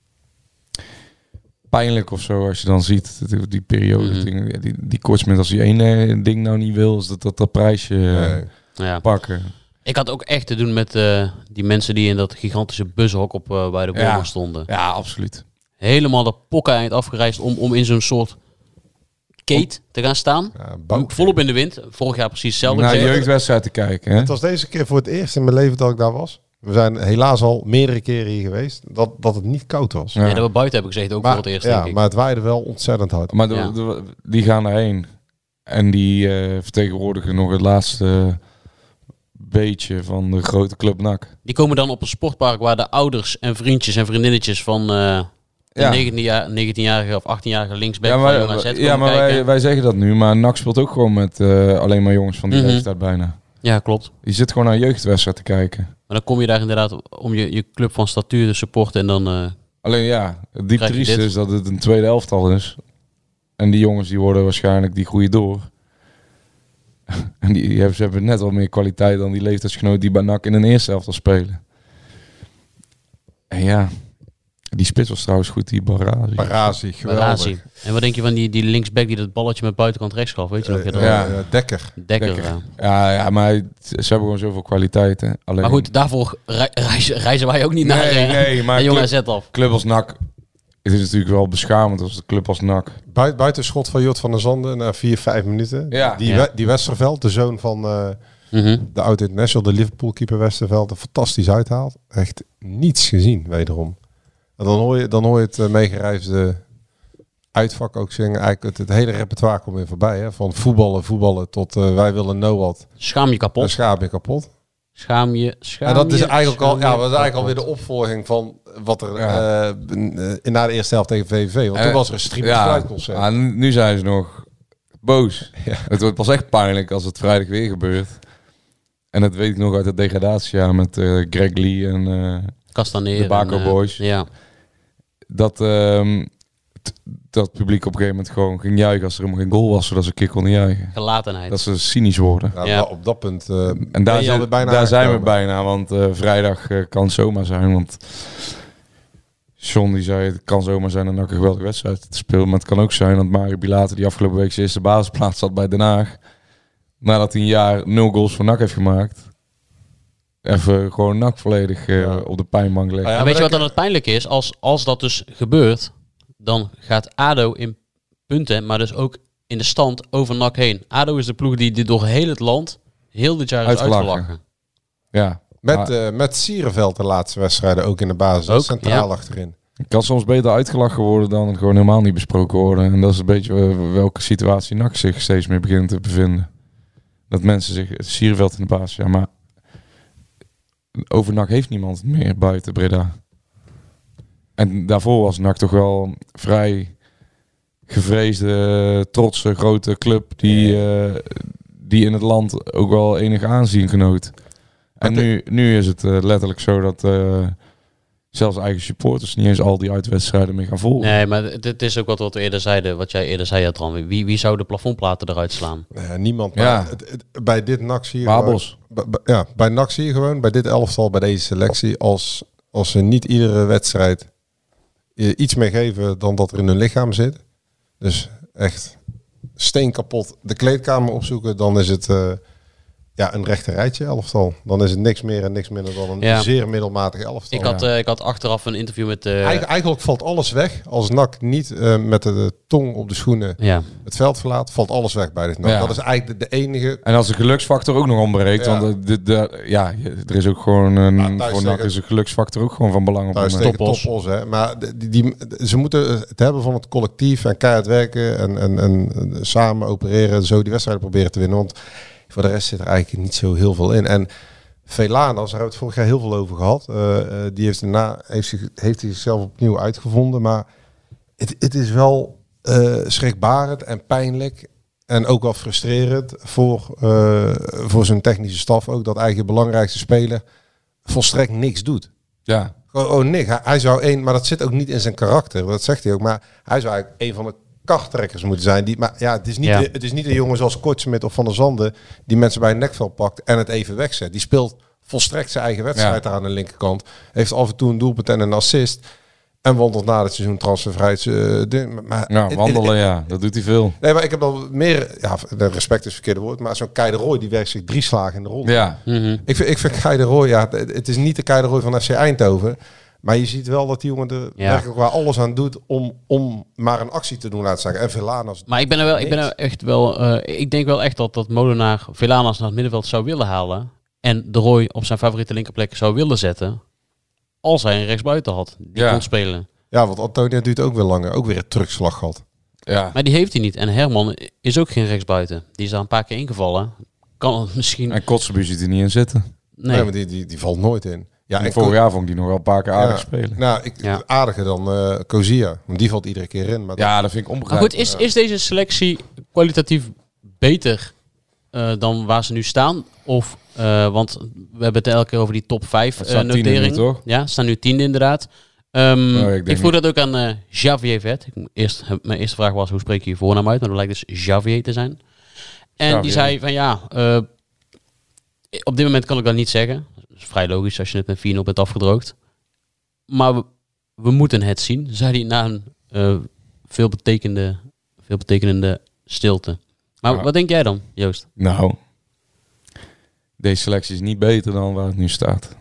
pijnlijk of zo als je dan ziet die, die periode. Mm-hmm. dingen, ja, die, die Kortsmit, als hij één ding nou niet wil, is dat dat, dat prijsje uh, nee. ja. pakken. Ik had ook echt te doen met uh, die mensen die in dat gigantische bushok op uh, bij de Borgen ja. stonden. Ja, absoluut. Helemaal de pokken eind afgereisd om, om in zo'n soort kate te gaan staan. Ja, volop in de wind. Vorig jaar precies hetzelfde. Naar de jeugdwedstrijd te kijken. Hè? Het was deze keer voor het eerst in mijn leven dat ik daar was. We zijn helaas al meerdere keren hier geweest. Dat, dat het niet koud was. Ja, ja dat we buiten hebben gezeten ook maar, voor het eerst. Ja, denk ik. Maar het waaide wel ontzettend hard. Maar de, ja. de, die gaan daarheen. En die uh, vertegenwoordigen nog het laatste... Uh, beetje van de grote club N A C. Die komen dan op een sportpark waar de ouders en vriendjes en vriendinnetjes van uh, de ja. negentienjarige of achttienjarige linksback ja, maar, van Jong A Z komen ja, maar kijken. wij, wij zeggen dat nu, maar N A C speelt ook gewoon met uh, alleen maar jongens van die mm-hmm. leeftijd bijna. Ja, klopt. Je zit gewoon naar een jeugdwedstrijd te kijken. Maar dan kom je daar inderdaad om je, je club van statuur te supporten en dan... Uh, alleen ja, het diep trieste is dat het een tweede elftal is. En die jongens die worden waarschijnlijk, die groeien door. En die, die hebben, ze hebben net wel meer kwaliteit dan die leeftijdsgenoten die bij N A C in een eerste elftal spelen. En ja, Die spits was trouwens goed, die Barazi. Barazi, geweldig. Barazi. En wat denk je van die, die linksback die dat balletje met buitenkant rechts gaf? Weet je nog? Uh, Uh, ja, uh, Dekker. Dekker, Dekker. ja. Ja, ja, maar hij- ze hebben gewoon zoveel kwaliteiten. Alleen... Maar goed, daarvoor rei- reizen, reizen wij ook niet naar Nee, uh, nee, maar een jonge club- Z af. Club als N A C. Het is natuurlijk wel beschamend als de club als N A C. Buit, buitenschot van Jort van der Zanden na vier, vijf minuten. Ja. Die, Ja. We, die Westerveld, de zoon van uh, Mm-hmm. de oud-international, de Liverpool-keeper Westerveld, er fantastisch uithaalt. Echt niets gezien, wederom. En dan hoor je, dan hoor je het uh, meegereisde uitvak ook zingen. Eigenlijk het, het hele repertoire komt weer voorbij. Hè? Van voetballen, voetballen tot uh, wij willen know what. Schaam je kapot. Dan schaam je kapot. Schaam je, schaam En dat is je, eigenlijk al, schaam ja, je dat is eigenlijk kapot. alweer de opvolging van wat er Ja. uh, in na de eerste helft tegen V V V. Want toen Eh, was er een stream ja, fluitconcert. ah, nu nu zijn ze nog boos. Ja. Het wordt pas echt pijnlijk als het vrijdag weer gebeurt. En dat weet ik nog uit het degradatiejaar met uh, Greg Lee en uh, Castaneer de Baco en, uh, Boys. Ja. Dat, um, t- dat het publiek op een gegeven moment gewoon ging juichen als er helemaal geen goal was, zodat ze een keer konden juichen. Gelatenheid. Dat ze cynisch worden. Ja, Ja. Op dat punt uh, En ben daar, je zijn, alweer bijna daar zijn we aangekomen. bijna, want uh, vrijdag uh, kan het zomaar zijn. Want John die zei, het kan zomaar zijn dat NAC een geweldige wedstrijd te spelen. Maar het kan ook zijn dat Mario Bilater die afgelopen week zijn eerste basisplaats had bij Den Haag. Nadat hij een jaar nul goals voor NAC heeft gemaakt. Even gewoon NAC volledig uh, Ja. op de pijnbank leggen. Ah, ja, en weet maar je wat dat- dan het pijnlijke is? Als, als dat dus gebeurt, dan gaat ADO in punten, maar dus ook in de stand over N A C heen. ADO is de ploeg die dit door heel het land heel dit jaar is Uitgelachen. uitgelachen. Ja. Met, Maar uh, met Sierenveld de laatste wedstrijden ook in de basis. Ook, Centraal ja. achterin. het kan soms beter uitgelachen worden dan gewoon helemaal niet besproken worden. En dat is een beetje uh, welke situatie NAC zich steeds meer begint te bevinden. Dat mensen zich, Sierenveld in de basis, ja, maar over NAC heeft niemand meer buiten Breda. En daarvoor was NAC toch wel een vrij gevreesde, trotse, grote club die, uh, die in het land ook wel enig aanzien genoot. En nu, nu is het uh, letterlijk zo dat uh, zelfs eigen supporters niet eens al die uitwedstrijden meer gaan volgen. Nee, maar het, het is ook wat, wat we eerder zeiden, wat jij eerder zei, Tran. Wie, wie zou de plafondplaten eruit slaan? Uh, niemand. Ja. Maar het, het, bij dit N A C zie je Babos. gewoon- b- b- ja, bij N A C zie je gewoon, bij dit elftal, bij deze selectie, als, als ze niet iedere wedstrijd uh, iets meer geven dan dat er in hun lichaam zit. Dus echt steen kapot de kleedkamer opzoeken, dan is het uh, ja, een rechte rijtje elftal. Dan is het niks meer en niks minder dan een Ja. zeer middelmatig elftal. Ik had, uh, ik had achteraf een interview met... Uh, Eigen- eigenlijk valt alles weg. Als N A C niet uh, met de, de tong op de schoenen ja. het veld verlaat, valt alles weg bij dit N A C. Ja. Dat is eigenlijk de, de enige... En als de geluksfactor ook nog ontbreekt, Ja. want de, de, de- ja, je- er is ook gewoon een, Ja, thuis voor NAC tegen- is een geluksfactor ook gewoon van belang op Thuis een tegen Topos. Topos, hè. Maar die, die, ze moeten het hebben van het collectief en keihard werken en, en, en samen opereren, zo die wedstrijden proberen te winnen. Want voor de rest zit er eigenlijk niet zo heel veel in. En Velanas, daar hebben we het vorig jaar heel veel over gehad. Uh, uh, die heeft, daarna, heeft, zich, heeft hij zichzelf opnieuw uitgevonden. Maar het, het is wel uh, schrikbarend en pijnlijk. En ook wel frustrerend voor, uh, voor zijn technische staf ook. Dat eigenlijk de belangrijkste speler volstrekt niks doet. Ja, Gewoon oh, niks. Hij, hij zou één, maar dat zit ook niet in zijn karakter. Dat zegt hij ook. Maar hij zou eigenlijk een van de krachttrekkers moeten zijn. Die, maar ja, het is niet, Ja. de- het is niet een jongen zoals Kortsmit of Van der Zanden die mensen bij een nekvel pakt en het even wegzet. Die speelt volstrekt zijn eigen wedstrijd Ja. daar aan de linkerkant. Heeft af en toe een doelpunt en een assist. En wandelt na het seizoen transfervrij. Uh, ding. Maar ja het- wandelen, het- ja, dat doet hij veel. Nee, maar ik heb al meer... Ja, de respect is het verkeerde woord. Maar zo'n Kei de Roy, die werkt zich drie slagen in de rol. Ja, Mm-hmm. Ik vind, ik vind Kei de Roy, ja, het het is niet de Kei de Roy van F C Eindhoven. Maar je ziet wel dat die jongen er Ja. werkelijk waar alles aan doet om, om maar een actie te doen laten zeggen. En Velanas. Maar ik ben er wel, ik ben niks. er echt wel, uh, ik denk wel echt dat, dat Molenaar Velanas naar het middenveld zou willen halen. En de Roy op zijn favoriete linkerplek zou willen zetten. Als hij een rechtsbuiten had, die Ja. kon spelen. Ja, want Antonia duurt ook weer langer. Ook weer een terugslag gehad. ja. Maar die heeft hij niet. En Herman is ook geen rechtsbuiten. Die is daar een paar keer ingevallen. Kan het misschien... En Kotzebue ziet er niet in zitten. Nee. Nee, maar die, die, die valt nooit in. Ja, En en vorig Ko- jaar vond ik die nog wel een paar keer aardig ja, spelen. Nou, ik, Ja. aardiger dan uh, Kozia. Want die valt iedere keer in. Maar Ja, dat vind ik Maar onbegrijpelijk. goed, is, is deze selectie kwalitatief beter uh, dan waar ze nu staan? Of, uh, want we hebben het elke keer over die top vijf Het uh, staan tiende notering. nu, toch? Ja, ze staan nu tiende inderdaad. Um, Oh, ik ik denk vroeg dat ook aan uh, Javier Vet. Ik, eerst, mijn eerste vraag was, hoe spreek je je voornaam uit? Maar dat lijkt dus Javier te zijn. En Javier. die zei van ja, uh, op dit moment kan ik dat niet zeggen. Dat is vrij logisch als je het met vier nul bent afgedroogd. Maar we- we moeten het zien, zei hij na een uh, veelbetekende, veelbetekenende stilte. Maar ja. wat denk jij dan, Joost? Nou, deze selectie is niet beter dan waar het nu staat.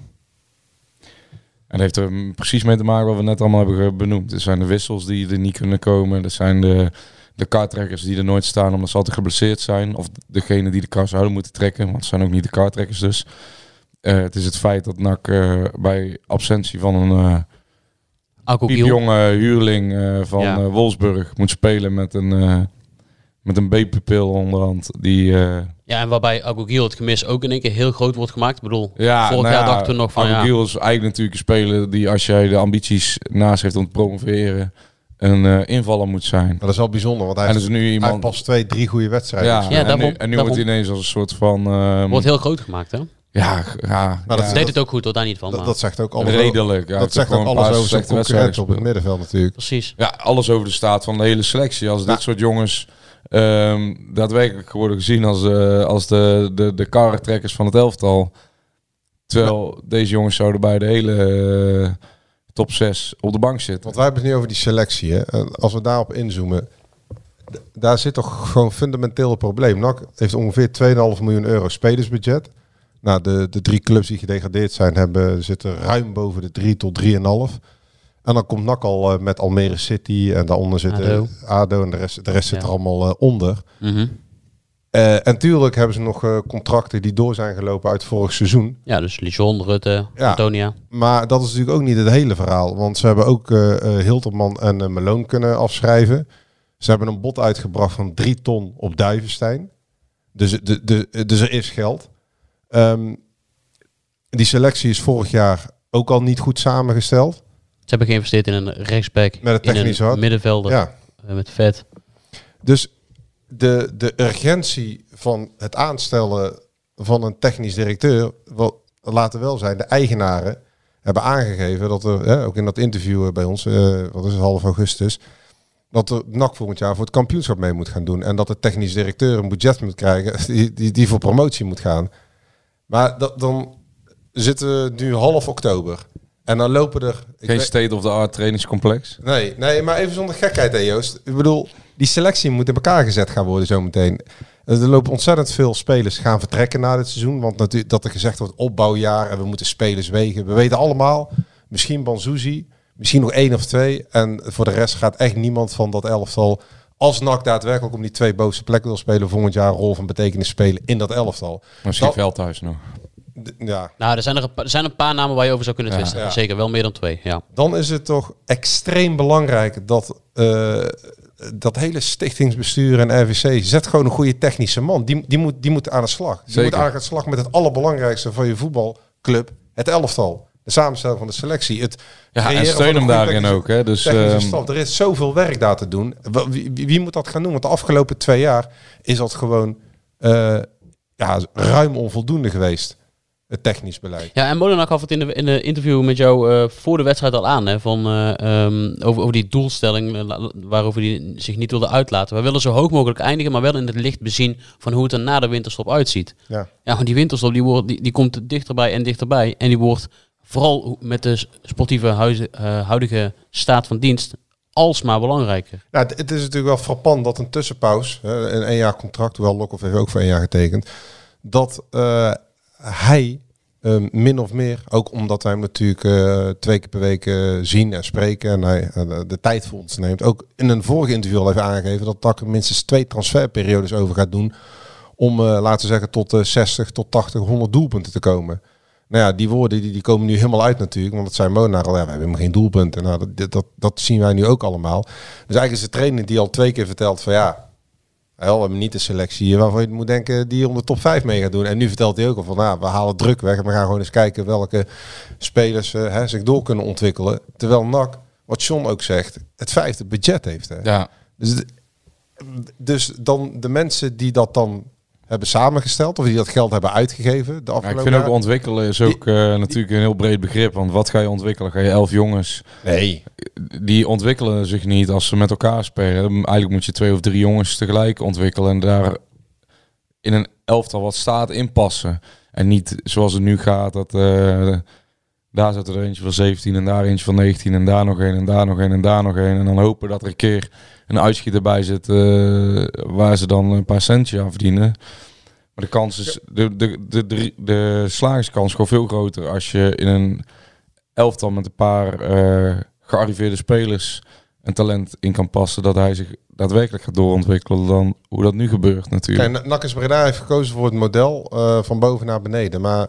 En dat heeft er precies mee te maken wat we net allemaal hebben benoemd. Het zijn de wissels die er niet kunnen komen. Dat zijn de, de kaarttrekkers die er nooit staan omdat ze altijd geblesseerd zijn. Of degene die de kar zouden moeten trekken. Want het zijn ook niet de kaarttrekkers dus. Uh, het is het feit dat N A C uh, bij absentie van een uh, piepjonge huurling uh, van ja. uh, Wolfsburg moet spelen met een, uh, met een B-pupil onderhand. Die, uh, ja, en waarbij Agogiel het gemis ook in één keer heel groot wordt gemaakt. Ik bedoel, ja, vorig nou jaar ja, dachten we nog van... Agogiel ja. is eigenlijk natuurlijk een speler die als jij de ambities naast heeft om te promoveren... een uh, invaller moet zijn. Maar dat is wel bijzonder, want hij en heeft, is nu iemand... hij heeft pas twee, drie goede wedstrijden. Ja, dus ja en, daarom, nu, en nu daarom, wordt hij ineens als een soort van... Um, wordt heel groot gemaakt, hè? Ja, ja. Maar dat ja. deed het ook goed, hoor, daar niet van. Dat, maar. dat zegt ook alles. Redelijk. Ja, dat zegt ook alles over zijn concurrent op het middenveld natuurlijk. Precies. Ja, alles over de staat van de hele selectie. Als dit ja. soort jongens um, daadwerkelijk worden gezien als, uh, als de, de, de karretrekkers van het elftal. Terwijl ja. deze jongens zouden bij de hele uh, top zes op de bank zitten. Want wij hebben het nu over die selectie. Hè? En als we daarop inzoomen, d- daar zit toch gewoon fundamenteel een probleem. N A C heeft ongeveer twee komma vijf miljoen euro spelersbudget. Nou, de, de drie clubs die gedegradeerd zijn, hebben, zitten ruim boven de drie tot drie komma vijf. En dan komt N A C al uh, met Almere City en daaronder zit ADO, ADO en de rest, de rest ja. zit er allemaal uh, onder. Mm-hmm. Uh, en tuurlijk hebben ze nog uh, contracten die door zijn gelopen uit vorig seizoen. Ja, dus Lijon, Rutte, ja, Antonia. Maar dat is natuurlijk ook niet het hele verhaal. Want ze hebben ook uh, uh, Hilterman en uh, Malone kunnen afschrijven. Ze hebben een bod uitgebracht van drie ton op Duivenstein. Dus, de, de, dus er is geld. Um, die selectie is vorig jaar ook al niet goed samengesteld. Ze hebben geïnvesteerd in een rechtsback, met een technisch in een middenvelder, ja. uh, met vet. Dus de, de urgentie van het aanstellen van een technisch directeur, wat, laten wel zijn, de eigenaren hebben aangegeven dat er, hè, ook in dat interview bij ons, uh, wat is het, half augustus, dat er N A C volgend jaar voor het kampioenschap mee moet gaan doen. En dat de technisch directeur een budget moet krijgen die, die, die voor promotie moet gaan. Maar dat, dan zitten we nu half oktober. En dan lopen er... Geen state-of-the-art trainingscomplex? Nee, nee, maar even zonder gekheid, hè, Joost. Ik bedoel, die selectie moet in elkaar gezet gaan worden zometeen. Er lopen ontzettend veel spelers gaan vertrekken na dit seizoen. Want natuurlijk dat er gezegd wordt opbouwjaar en we moeten spelers wegen. We weten allemaal, misschien Banzuzi, misschien nog één of twee. En voor de rest gaat echt niemand van dat elftal... Als N A C daadwerkelijk om die twee bovenste plekken wil spelen, volgend jaar een rol van betekenis spelen in dat elftal. Misschien dat, Veldhuis nog. D- ja. Nou, er zijn er, een paar, er zijn een paar namen waar je over zou kunnen twisten. Ja. Ja. Zeker, wel meer dan twee. Ja. Dan is het toch extreem belangrijk dat uh, dat hele stichtingsbestuur en R V C zet gewoon een goede technische man. Die, die, moet, die moet aan de slag. Die Zeker. moet aan de slag met het allerbelangrijkste van je voetbalclub, het elftal. De samenstelling van de selectie. Het ja, en steun hem daarin ook. Hè? Dus, um... staf. Er is zoveel werk daar te doen. Wie, wie, wie moet dat gaan doen? Want de afgelopen twee jaar is dat gewoon uh, ja, ruim onvoldoende geweest. Het technisch beleid. Ja, en Molenaar gaf het in de, in de interview met jou uh, voor de wedstrijd al aan. Hè, van, uh, um, over, over die doelstelling uh, waarover hij zich niet wilde uitlaten. We willen zo hoog mogelijk eindigen, maar wel in het licht bezien van hoe het er na de winterstop uitziet. Ja, ja want die winterstop die, wordt, die, die komt dichterbij en dichterbij. En die wordt vooral met de sportieve huizen, uh, huidige staat van dienst alsmaar belangrijker. Ja, het, het is natuurlijk wel frappant dat een tussenpauze, hè, een één jaar contract, hoewel Lokhoff heeft ook voor één jaar getekend, dat uh, hij uh, min of meer, ook omdat wij hem natuurlijk uh, twee keer per week uh, zien en spreken en hij uh, de tijd voor ons neemt, ook in een vorige interview al even aangegeven dat Takker minstens twee transferperiodes over gaat doen om, uh, laten we zeggen, tot uh, zestig tot tachtig, honderd doelpunten te komen. Nou ja, die woorden die, die komen nu helemaal uit natuurlijk. Want dat zei Molenaar al, ja, we hebben helemaal geen doelpunten. Nou, dat, dat, dat zien wij nu ook allemaal. Dus eigenlijk is de trainer die al twee keer vertelt van ja, we hebben niet de selectie waarvan je moet denken die om de top vijf mee gaat doen. En nu vertelt hij ook al van nou, we halen druk weg en we gaan gewoon eens kijken welke spelers uh, hè, zich door kunnen ontwikkelen. Terwijl N A C, wat John ook zegt, het vijfde budget heeft. Hè. Ja. Dus, de, dus dan de mensen die dat dan hebben samengesteld of die dat geld hebben uitgegeven de afgelopen ja, ik vind jaar. ook ontwikkelen is ook die, uh, natuurlijk een heel breed begrip. Want wat ga je ontwikkelen? Ga je elf jongens? Nee. Die ontwikkelen zich niet als ze met elkaar spelen. Eigenlijk moet je twee of drie jongens tegelijk ontwikkelen en daar in een elftal wat staat inpassen. En niet zoals het nu gaat dat uh, Daar zat er eentje van zeventien en daar eentje van negentien en daar nog een en daar nog een en daar nog een. En dan hopen dat er een keer een uitschieter bij zit uh, waar ze dan een paar centjes aan verdienen. Maar de kans is, de, de, de, de, de slagingskans is gewoon veel groter als je in een elftal met een paar uh, gearriveerde spelers een talent in kan passen, dat hij zich daadwerkelijk gaat doorontwikkelen dan hoe dat nu gebeurt natuurlijk. Kijk, N A C Breda heeft gekozen voor het model uh, van boven naar beneden. Maar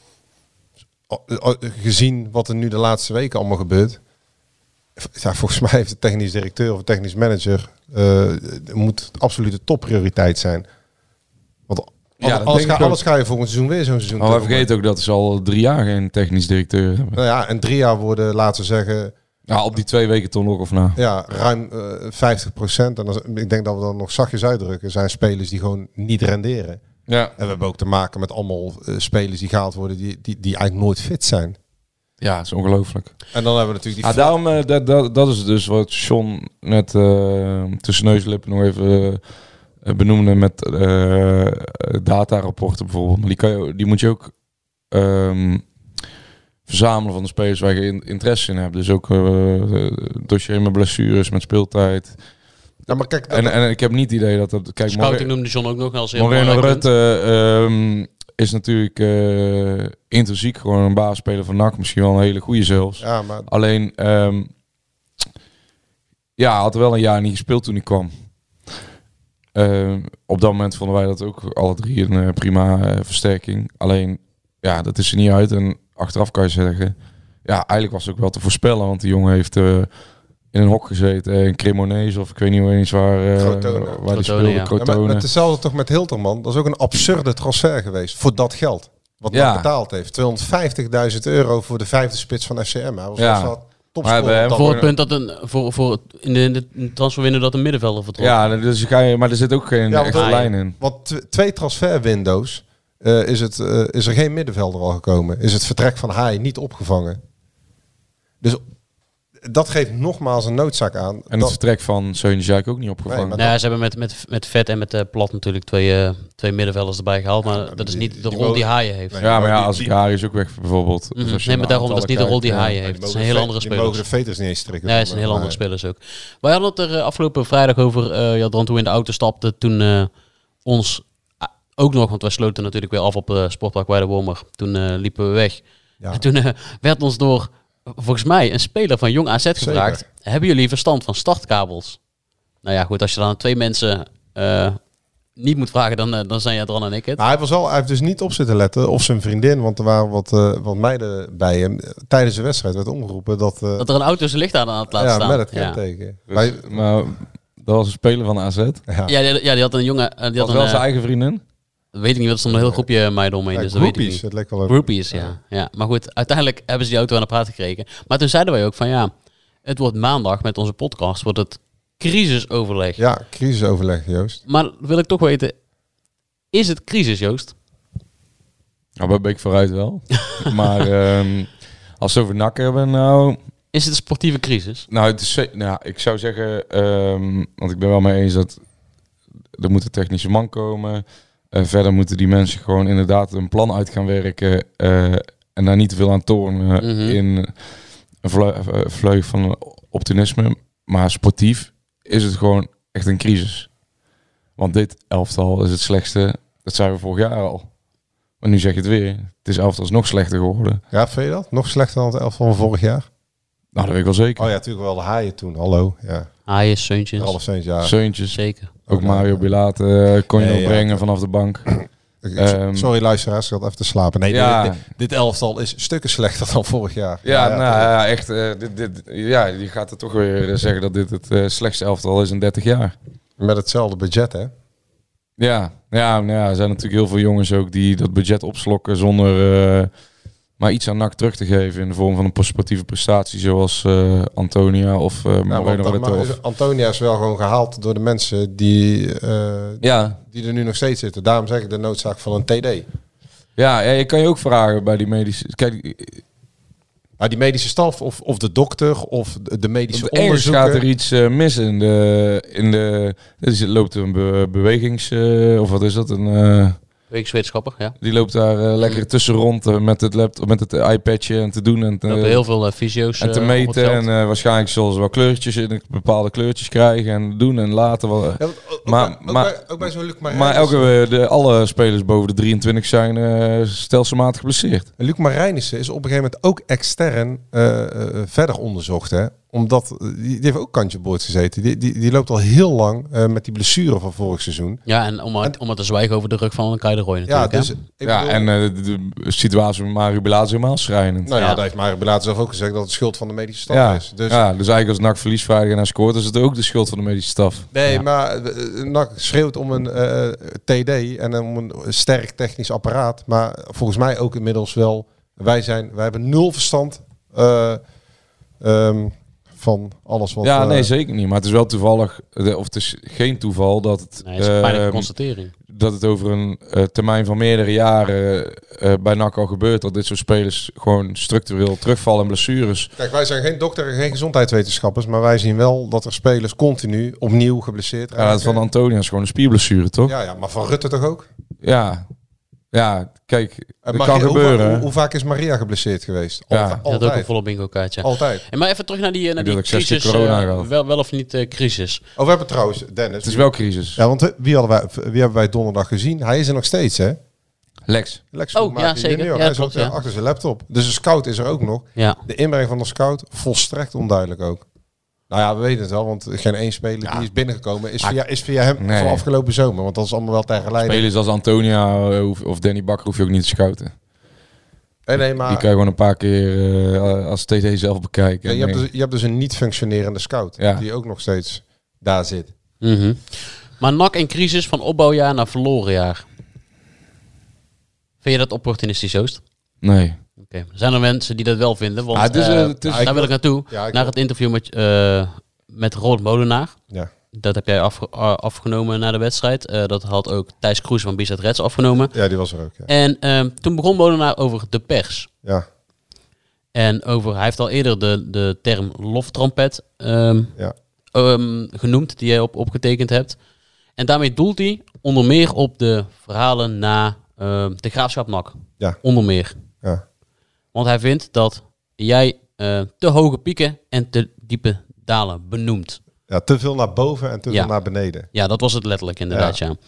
gezien wat er nu de laatste weken allemaal gebeurt, ja, volgens mij heeft de technisch directeur of de technisch manager uh, moet absoluut de topprioriteit zijn. Want ja, alles, ga, alles ga je volgend seizoen weer zo'n seizoen. Maar we vergeten ook dat ze al drie jaar geen technisch directeur hebben. Nou ja, en drie jaar worden, laten we zeggen... Ja, op die twee weken toch nog of na. Ja, ruim uh, vijftig procent. En als, ik denk dat we dan nog zachtjes uitdrukken. Zijn spelers die gewoon niet renderen. Ja. En we hebben ook te maken met allemaal uh, spelers die gehaald worden die, die, die eigenlijk nooit fit zijn. Ja, dat is ongelooflijk. En dan hebben we natuurlijk die... Ah, daarom, uh, dat, dat, dat is dus wat John net uh, tussen neus en lippen nog even uh, benoemde met uh, datarapporten bijvoorbeeld. Maar die, kan je, die moet je ook um, verzamelen van de spelers waar je interesse in hebt. Dus ook uh, dossier met blessures, met speeltijd. Ja, maar kijk, en, en ik heb niet het idee dat dat... Kijk, Scouting noemde John ook nog als heel Moreno Rutte um, is natuurlijk uh, intrinsiek gewoon een baasspeler van N A C. Misschien wel een hele goede zelfs. Ja, maar... Alleen, um, ja, hij had er wel een jaar niet gespeeld toen hij kwam. Uh, op dat moment vonden wij dat ook alle drie een uh, prima uh, versterking. Alleen, ja, dat is er niet uit. En achteraf kan je zeggen, ja, eigenlijk was het ook wel te voorspellen. Want die jongen heeft uh, in een hok gezeten. In Cremonese of ik weet niet hoe eens waar, uh, Crotone. waar die speelde. Ja. Ja, maar met hetzelfde toch met Hilterman. Dat is ook een absurde transfer geweest voor dat geld. Wat ja. N A C betaald heeft. tweehonderdvijftigduizend euro voor de vijfde spits van F C M. Hij was ja. wel topscorer. Voor het punt dat een voor, voor in de, in de transferwindow dat een middenvelder vertrok. Ja, dus ga je, maar er zit ook geen ja, echte want, lijn in. Want t- twee transferwindows uh, is, het, uh, is er geen middenvelder al gekomen. Is het vertrek van Haai niet opgevangen. Dus dat geeft nogmaals een noodzaak aan. En dat... het vertrek van Seunjak ook niet opgevangen. Nee, nou, ze hebben met, met, met Vet en met uh, Plat natuurlijk twee, uh, twee middenvelders erbij gehaald. Maar ja, dat is niet de rol die, die Haaien heeft. Nee, ja, maar ja, als Gary is ook weg bijvoorbeeld. Mm-hmm. Dus nee, maar daarom, dat is niet de rol die ja. Haaien heeft. Het is een hele andere speler. Die mogen de veters niet eens strikken. Nee, het zijn heel andere spelers ook. Wij hadden het er uh, afgelopen vrijdag over. Uh, ja, dan toen we in de auto stapten, toen uh, ons uh, ook nog, want wij sloten natuurlijk weer af op uh, Sportpark Weidewormer. Toen uh, liepen we weg. Ja. En toen uh, werd ons door... volgens mij een speler van Jong A Z gevraagd. Zeker. Hebben jullie verstand van startkabels? Nou ja, goed, als je dan twee mensen uh, niet moet vragen, dan, uh, dan zijn jij Dran en ik het. Maar hij, was al, hij heeft dus niet op zitten letten. Of zijn vriendin, want er waren wat, uh, wat meiden bij hem. Tijdens de wedstrijd werd omgeroepen dat... Uh, dat er een auto zijn licht aan had laten ja, staan. Met het kenteken. Ja, dus, maar dat was een speler van A Z? Ja, ja, die, ja die had een jongen... Uh, die had wel een, zijn eigen vriendin? Dat weet ik niet, want er stond een heel groepje meiden omheen. Ja, dus dat groupies, weet ik niet. Het lijkt wel een... Groupies, ja. ja. ja. Maar goed, uiteindelijk hebben ze die auto aan de praat gekregen. Maar toen zeiden wij ook van ja, het wordt maandag met onze podcast, wordt het crisisoverleg. Ja, crisisoverleg, Joost. Maar wil ik toch weten, is het crisis, Joost? Nou, daar ben ik vooruit wel. maar um, als we over N A C hebben, nou... Is het een sportieve crisis? Nou, het is, nou ik zou zeggen, um, want ik ben wel mee eens dat er moet een technische man komen. Uh, verder moeten die mensen gewoon inderdaad een plan uit gaan werken uh, en daar niet te veel aan tornen mm-hmm. in een vle- vleug van optimisme. Maar sportief is het gewoon echt een crisis. Want dit elftal is het slechtste, dat zijn we vorig jaar al. Maar nu zeg je het weer, het is elftal is nog slechter geworden. Ja, vind je dat? Nog slechter dan het elftal van vorig jaar? Nou, dat weet ik wel zeker. Oh ja, natuurlijk wel de Haaien toen, hallo. Ja. Haaien, Seuntjes. Alle Seuntjes, ja. Seuntjes. Zeker. Ook Mario Bilate uh, kon je nee, nog ja, brengen ja. vanaf de bank. um, Sorry luisteraars, ik had even te slapen. Nee, ja. dit, dit, dit elftal is stukken slechter dan vorig jaar. Ja, ja, ja nou ja, echt. Uh, dit, dit, ja, je gaat er toch weer zeggen dat dit het uh, slechtste elftal is in dertig jaar. Met hetzelfde budget, hè? Ja, ja, nou ja, er zijn natuurlijk heel veel jongens ook die dat budget opslokken zonder uh, maar iets aan N A C terug te geven in de vorm van een sportieve prestatie zoals uh, Antonia of uh, ja, Moreno Rutte. Antonia is wel gewoon gehaald door de mensen die, uh, ja. die er nu nog steeds zitten. Daarom zeg ik de noodzaak van een T D. Ja, ja, je kan je ook vragen bij die medische... Kijk, ja, die medische staf of, of de dokter of de medische onderzoeker. Ergens gaat er iets uh, mis in de... In de dus loopt een be- bewegings... Uh, of wat is dat? Een... Uh, Wetenschapper, ja. Die loopt daar uh, lekker tussen rond uh, met het laptop, met het iPadje en te doen. En te, er heel veel uh, fysio's. En te uh, meten. En uh, waarschijnlijk zullen ze wel kleurtjes in bepaalde kleurtjes krijgen en doen en laten. Wel, uh. Ja, ook, maar, ook, maar, bij, ook bij zo'n Luc Marijnissen. Maar elke, de, alle spelers boven de drieëntwintig zijn uh, stelselmatig geblesseerd. Luc Marijnissen is op een gegeven moment ook extern uh, uh, verder onderzocht, hè. Omdat, die, die heeft ook kantje boord gezeten. Die, die, die loopt al heel lang uh, met die blessure van vorig seizoen. Ja, en om, en, om het te zwijgen over de rug van Kai de Roy natuurlijk. Ja, dus, ja bedoel, en uh, de, de situatie met Mario Bilaat is helemaal schrijnend. Nou ja, ja. daar heeft Mario Bilaat zelf ook gezegd dat het schuld van de medische staf ja, is. Dus, ja, dus eigenlijk als N A C verliest vrijdag en hij scoort, is het ook de schuld van de medische staf. Nee, ja. maar uh, N A C schreeuwt om een uh, T D en om een sterk technisch apparaat. Maar volgens mij ook inmiddels wel, wij, zijn, wij hebben nul verstand uh, um, van alles wat... Ja, uh, nee, zeker niet. Maar het is wel toevallig, of het is geen toeval dat het... Nee, het is een pijnlijke uh, constatering. Dat het over een uh, termijn van meerdere jaren uh, bij N A C al gebeurt. Dat dit soort spelers gewoon structureel terugvallen en blessures. Kijk, wij zijn geen dokter en geen gezondheidswetenschappers. Maar wij zien wel dat er spelers continu opnieuw geblesseerd raken. Ja, dat van Antonia is gewoon een spierblessure, toch? Ja, ja, maar van Rutte toch ook? Ja, ja kijk, dat Maria, kan gebeuren. Hoe, hoe, hoe vaak is Maria geblesseerd geweest? Ja. Altijd. Je had ook een volle bingo kaartje. Altijd. En maar even terug naar die, naar die Ik crisis. corona Uh, gehad. wel, wel of niet uh, crisis. Oh, we hebben trouwens, Dennis. Het is wel crisis. Ja, want wie, hadden wij, wie hebben wij donderdag gezien? Hij is er nog steeds, hè? Lex. Lex Oh, Schoenmaker ja, zeker. junior. Ja, Hij is klopt, ook, ja. achter zijn laptop. Dus de scout is er ook nog. Ja. De inbreng van de scout, volstrekt onduidelijk ook. Nou ja, we weten het wel, want geen één speler Ja. die is binnengekomen is via, is via hem Nee. van afgelopen zomer. Want dat is allemaal wel tegelijk. Spelers als Antonia uh, of Danny Bakker hoef je ook niet te scouten. Nee, nee, maar Die kan je gewoon een paar keer uh, als T D zelf bekijken. ja, je, hebt Nee. dus, je hebt dus een niet functionerende scout. Ja. Die ook nog steeds daar zit. Mm-hmm. Maar N A C in crisis van opbouwjaar naar verloren jaar. Vind je dat opportunistisch, Joost? Nee. Oké. Zijn er mensen die dat wel vinden? Want Ah, het is, uh, uh, het is- daar wil ik naartoe. Ja, ik naar wil- het interview met, uh, met Robert Molenaar. Ja. Dat heb jij afge- uh, afgenomen na de wedstrijd. Uh, dat had ook Thijs Kroes van Bizet Reds afgenomen. ja, die was er ook. Ja. En um, toen begon Molenaar over de pers. Ja. En over, hij heeft al eerder de, de term loftrompet um, Ja. um, genoemd, die jij op, opgetekend hebt. En daarmee doelt hij onder meer op de verhalen na um, de Graafschap N A C. Ja. Onder meer. Ja. Want hij vindt dat jij uh, te hoge pieken en te diepe dalen benoemt. Ja, te veel naar boven en te Ja. veel naar beneden. Ja, dat was het letterlijk inderdaad, ja.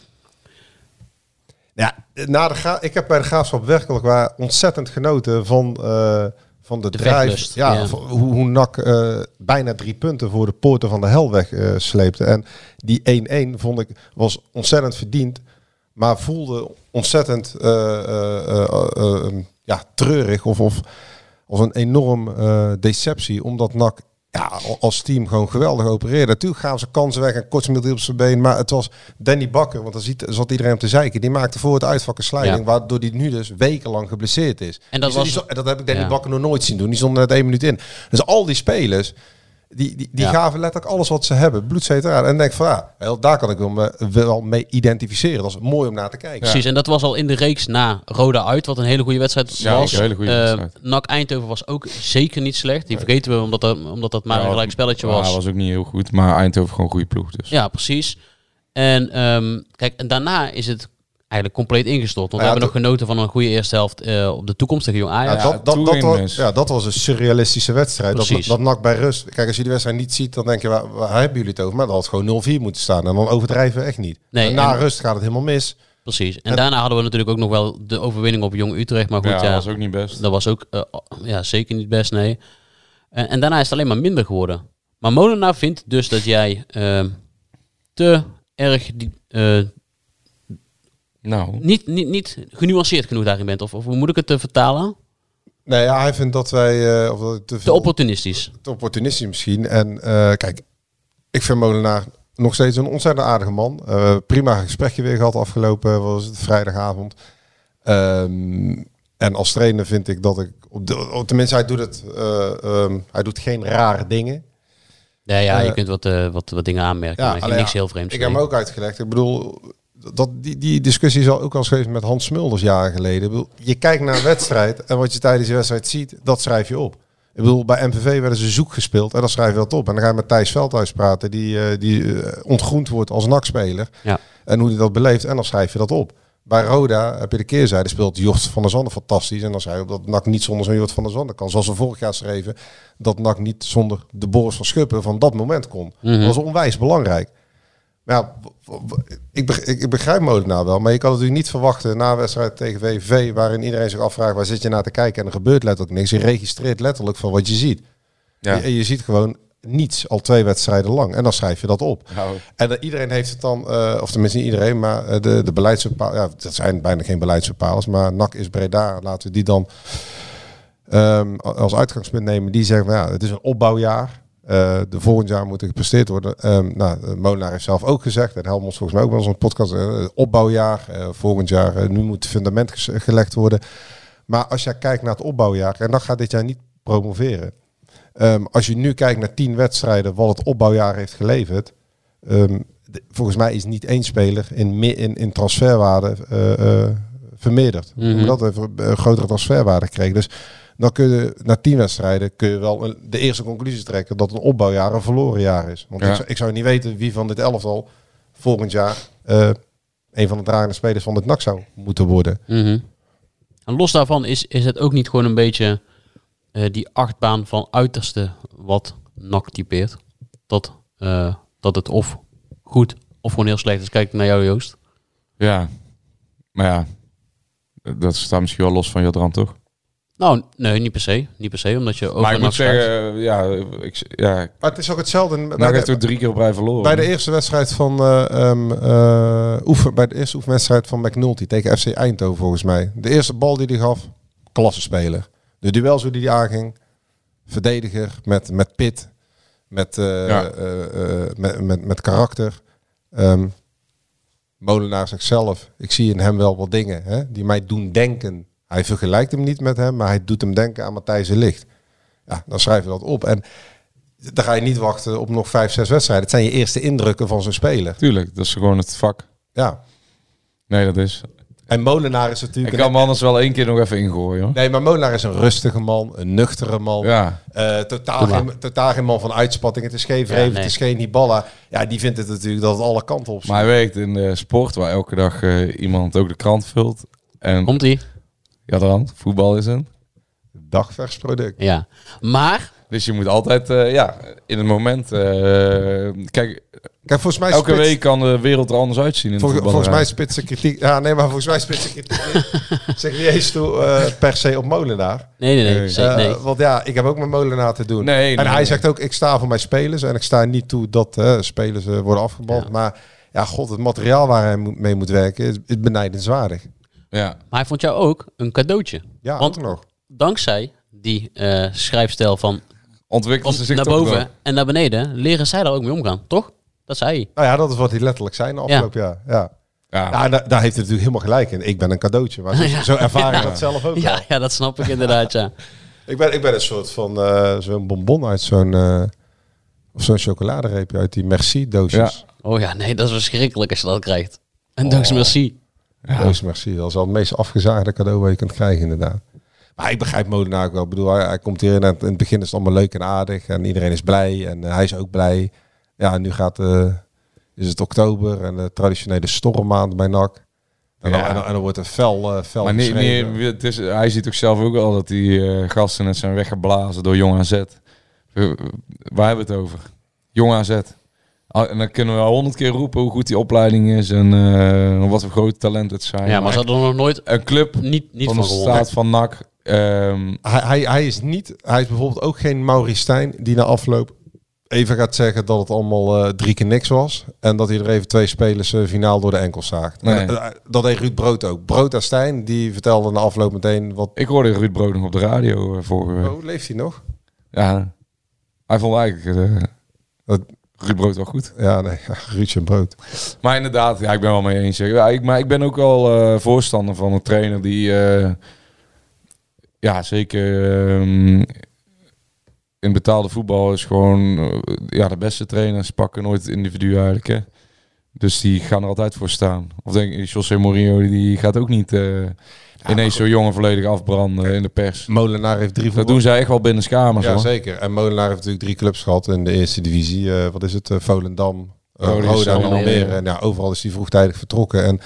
Ja, na de gra- ik heb bij de Graafschap werkelijk waar ontzettend genoten van, uh, van de, De drive. vechtlust, Ja, ja. van hoe, hoe N A C uh, bijna drie punten voor de poorten van de hel weg uh, sleepte. En die één-één vond ik was ontzettend verdiend, maar voelde ontzettend uh, uh, uh, uh, uh, ja, treurig of, of als een enorm uh, deceptie, omdat N A C ja, als team gewoon geweldig opereerde. Natuurlijk gaan ze kansen weg en Kortsmiddel op zijn been. Maar het was Danny Bakker, want dan ziet, zat iedereen op te zeiken. Die maakte voor het uitvak een sliding, Ja. waardoor die nu dus wekenlang geblesseerd is. En dat Die- was- die stond- dat heb ik Danny Ja. Bakker nog nooit zien doen. Die stond net één minuut in. Dus al die spelers, die, die, die Ja. gaven letterlijk alles wat ze hebben. Bloedzeet eraan. En denk van, ja, wel, daar kan ik wel, me, wel mee identificeren. Dat is mooi om naar te kijken. Precies, en dat was al in de reeks na Roda uit, wat een hele goede wedstrijd Ja, was. een hele goede Uh, wedstrijd. N A C Eindhoven was ook zeker niet slecht. Die vergeten we omdat dat, omdat dat maar een gelijk spelletje Ja, was. was ook niet heel goed, maar Eindhoven gewoon een goede ploeg. Dus. Ja, precies. En um, kijk, en daarna is het eigenlijk compleet ingestort. Want Nou ja, we hebben nog genoten van een goede eerste helft uh, op de toekomstige Jong Ja, Ajax. dat, dat, toen dat, ging was, mis. ja, dat was een surrealistische wedstrijd. Dat, Precies. dat N A C bij rust. Kijk, als je die wedstrijd niet ziet, dan denk je, waar, waar hebben jullie het over? Maar dat had gewoon nul vier moeten staan. En dan overdrijven we echt niet. Nee, en na en- rust gaat het helemaal mis. Precies. En En- daarna hadden we natuurlijk ook nog wel de overwinning op Jong Utrecht. Maar goed, Ja, ja, dat was ook niet best. dat was ook uh, ja, zeker niet best, nee. En, en daarna is het alleen maar minder geworden. Maar Molenaar vindt dus dat jij uh, te erg die, uh, Nou, niet, niet, niet genuanceerd genoeg daarin bent. Of, of hoe moet ik het uh, vertalen? Nee, ja, hij vindt dat wij uh, of dat het te Te veel opportunistisch. te opportunistisch misschien. En uh, kijk, ik vind Molenaar nog steeds een ontzettend aardige man. Uh, prima gesprekje weer gehad afgelopen, was het vrijdagavond. Um, en als trainer vind ik dat ik, op de, tenminste hij doet het, uh, um, hij doet geen rare dingen. Ja, ja, Uh, je kunt wat, uh, wat, wat dingen aanmerken. Ja, maar alleen niks ja, heel vreemds. Ik heb nee. hem ook uitgelegd. Ik bedoel, dat, die, die discussie is al ook al eens geweest met Hans Smulders jaren geleden. Ik bedoel, je kijkt naar een wedstrijd en wat je tijdens die wedstrijd ziet, dat schrijf je op. Ik bedoel, bij M V V werden ze zoek gespeeld en dat schrijf je dat op. En dan ga je met Thijs Veldhuis praten, die, uh, die uh, ontgroend wordt als N A C-speler. Ja. En hoe hij dat beleeft en dan schrijf je dat op. Ik Bij Roda heb je de keerzijde, speelt Jort van der Zanden fantastisch. En dan zei je dat N A C niet zonder zo'n Jort van der Zanden kan. Zoals we vorig jaar schreven, dat N A C niet zonder de Boris van Schuppen van dat moment kon. Mm-hmm. Dat was onwijs belangrijk. Maar ja, ik, begrijp, ik begrijp Molenaar wel, maar je kan natuurlijk niet verwachten na een wedstrijd tegen V V V, waarin iedereen zich afvraagt, waar zit je naar te kijken? En er gebeurt letterlijk niks. Je registreert letterlijk van wat je ziet. Ja. Je, je ziet gewoon niets, al twee wedstrijden lang. En dan schrijf je dat op. Nou. En uh, iedereen heeft het dan, uh, of tenminste niet iedereen, maar uh, de, de beleidsbepalers, ja, dat zijn bijna geen beleidsbepalers, maar N A C is Breda, laten we die dan um, als uitgangspunt nemen. Die zeggen, ja, het is een opbouwjaar. Uh, de volgend jaar moet er gepresteerd worden. Um, nou, Molenaar heeft zelf ook gezegd, en Helmond volgens mij ook bij onze podcast, uh, opbouwjaar. Uh, volgend jaar, uh, nu moet het fundament ges- gelegd worden. Maar als je kijkt naar het opbouwjaar, en dan gaat dit jaar niet promoveren. Um, als je nu kijkt naar tien wedstrijden, wat het opbouwjaar heeft geleverd. Um, de, volgens mij is niet één speler in, in, in transferwaarde uh, uh, vermeerderd. Mm-hmm. Omdat we een grotere transferwaarde kregen. Dus dan kun je na tien wedstrijden kun je wel een, de eerste conclusie trekken dat een opbouwjaar een verloren jaar is. Want ja. ik, zou, ik zou niet weten wie van dit elftal volgend jaar uh, een van de dragende spelers van het N A C zou moeten worden. Mm-hmm. En los daarvan is, is het ook niet gewoon een beetje uh, die achtbaan van uiterste wat N A C typeert. Dat, uh, dat het of goed of gewoon heel slecht is. Kijk naar jou, Joost. Ja, maar ja, dat staat misschien wel los van Jodran, toch? Nou, nee, niet per se. Niet per se, omdat je ook... Maar ik moet zeggen, uh, ja, ik, ja... Maar het is ook hetzelfde... Nou, heeft ook drie keer op rij verloren. Bij de eerste wedstrijd van... Uh, um, uh, oefen, bij de eerste oefenwedstrijd van McNulty tegen F C Eindhoven, volgens mij. De eerste bal die hij gaf, klassenspeler. De duels hoe die, die aanging, verdediger met, met pit, met, uh, ja. uh, uh, met, met, met karakter. Um, Molenaar zegt zelf, ik zie in hem wel wat dingen, hè, die mij doen denken. Hij vergelijkt hem niet met hem, maar hij doet hem denken aan Matthijs de Ligt. Ja, dan schrijf je dat op. En dan ga je niet wachten op nog vijf, zes wedstrijden. Het zijn je eerste indrukken van zo'n speler. Tuurlijk, dat is gewoon het vak. Ja. Nee, dat is... En Molenaar is natuurlijk... Ik kan hem anders wel één keer nog even ingooien, hoor. Nee, maar Molenaar is een rustige man, een nuchtere man. Ja. Uh, totaal, geen, totaal geen man van uitspatting. Het is geen vreemd, ja, nee. Het is geen Hiballa. Ja, die vindt het natuurlijk dat het alle kanten op zit. Maar hij werkt in de sport waar elke dag uh, iemand ook de krant vult. En... Komt-ie? Ja, dan. Voetbal is een dagvers product. Ja, maar... Dus je moet altijd, uh, ja, in het moment... Uh, kijk, kijk, volgens mij elke spits... week kan de wereld er anders uitzien in Vol, de Volgens mij spitse kritiek... Ja, nee, maar volgens mij spitse kritiek... zeg niet eens toe uh, per se op Molenaar. Nee, nee, nee. Uh, nee. Want ja, ik heb ook met Molenaar te doen. Nee, en nee, hij nee. zegt ook, ik sta voor mijn spelers. En ik sta niet toe dat uh, spelers uh, worden afgebald. Ja. Maar ja, god, het materiaal waar hij mee moet werken is, is benijdenswaardig. Ja. Maar hij vond jou ook een cadeautje. Ja, want ook nog. Dankzij die uh, schrijfstijl van ontwikkelen ze zich naar boven en naar beneden, leren zij daar ook mee omgaan, toch? Dat zei hij. Nou ja, dat is wat hij letterlijk zei de afgelopen jaar. Ja. Ja, ja daar, daar heeft hij natuurlijk helemaal gelijk in. Ik ben een cadeautje, maar zo, ja. zo ervaar ik dat zelf ook ja, wel. Ja, dat snap ik inderdaad, ja. ik, ben, ik ben een soort van uh, zo'n bonbon uit zo'n uh, of zo'n chocoladereepje uit die Merci-doosjes. Ja. Oh ja, nee, dat is verschrikkelijk als je dat krijgt. Een oh. doos Merci. Ja. Doos Merci, dat is al het meest afgezaagde cadeau wat je kunt krijgen inderdaad. Maar ik begrijp Molenaar ook wel. Ik bedoel, hij, hij komt hier en in het begin is het allemaal leuk en aardig. En iedereen is blij. En uh, hij is ook blij. Ja, nu gaat, uh, is het oktober en de traditionele stormmaand bij N A C. En, ja. dan, en, dan, en dan wordt er fel, uh, fel maar nee, nee, het is, hij ziet ook zelf ook al dat die uh, gasten net zijn weggeblazen door Jong A Z. We, waar hebben we het over? Jong A Z. En dan kunnen we al honderd keer roepen hoe goed die opleiding is en uh, wat voor grote talent het zijn. Ja, maar, maar ze hadden nog nooit een club niet, niet van van de staat van N A C. Um, hij, hij, hij is niet, hij is bijvoorbeeld ook geen Maurice Stijn die na afloop even gaat zeggen dat het allemaal uh, drie keer niks was en dat hij er even twee spelers uh, finaal door de enkels zaagt. Nee. Uh, dat deed Ruud Brood ook. Brood en Stijn die vertelde na afloop meteen wat. Ik hoorde Ruud Brood nog op de radio uh, vorige week. Oh, leeft hij nog? Ja, hij vond eigenlijk uh, dat Ruud Brood wel goed. Ja, nee, ja, Ruudje en Brood. Maar inderdaad, ja, ik ben wel mee eens. Ja, ik, maar ik ben ook wel uh, voorstander van een trainer die, uh, ja, zeker um, in betaalde voetbal is gewoon, uh, ja, de beste trainers pakken nooit het individu eigenlijk, hè. Dus die gaan er altijd voor staan. Of denk ik, José Mourinho, die gaat ook niet uh, ja, ineens zo'n jongen volledig afbranden in de pers. Molenaar heeft drie voetbal. Dat doen zij echt wel binnen kamers. Ja, hoor. Zeker. En Molenaar heeft natuurlijk drie clubs gehad in de eerste divisie. Uh, wat is het? Uh, Volendam, uh, Roda en Almere. En ja, overal is hij vroegtijdig vertrokken. En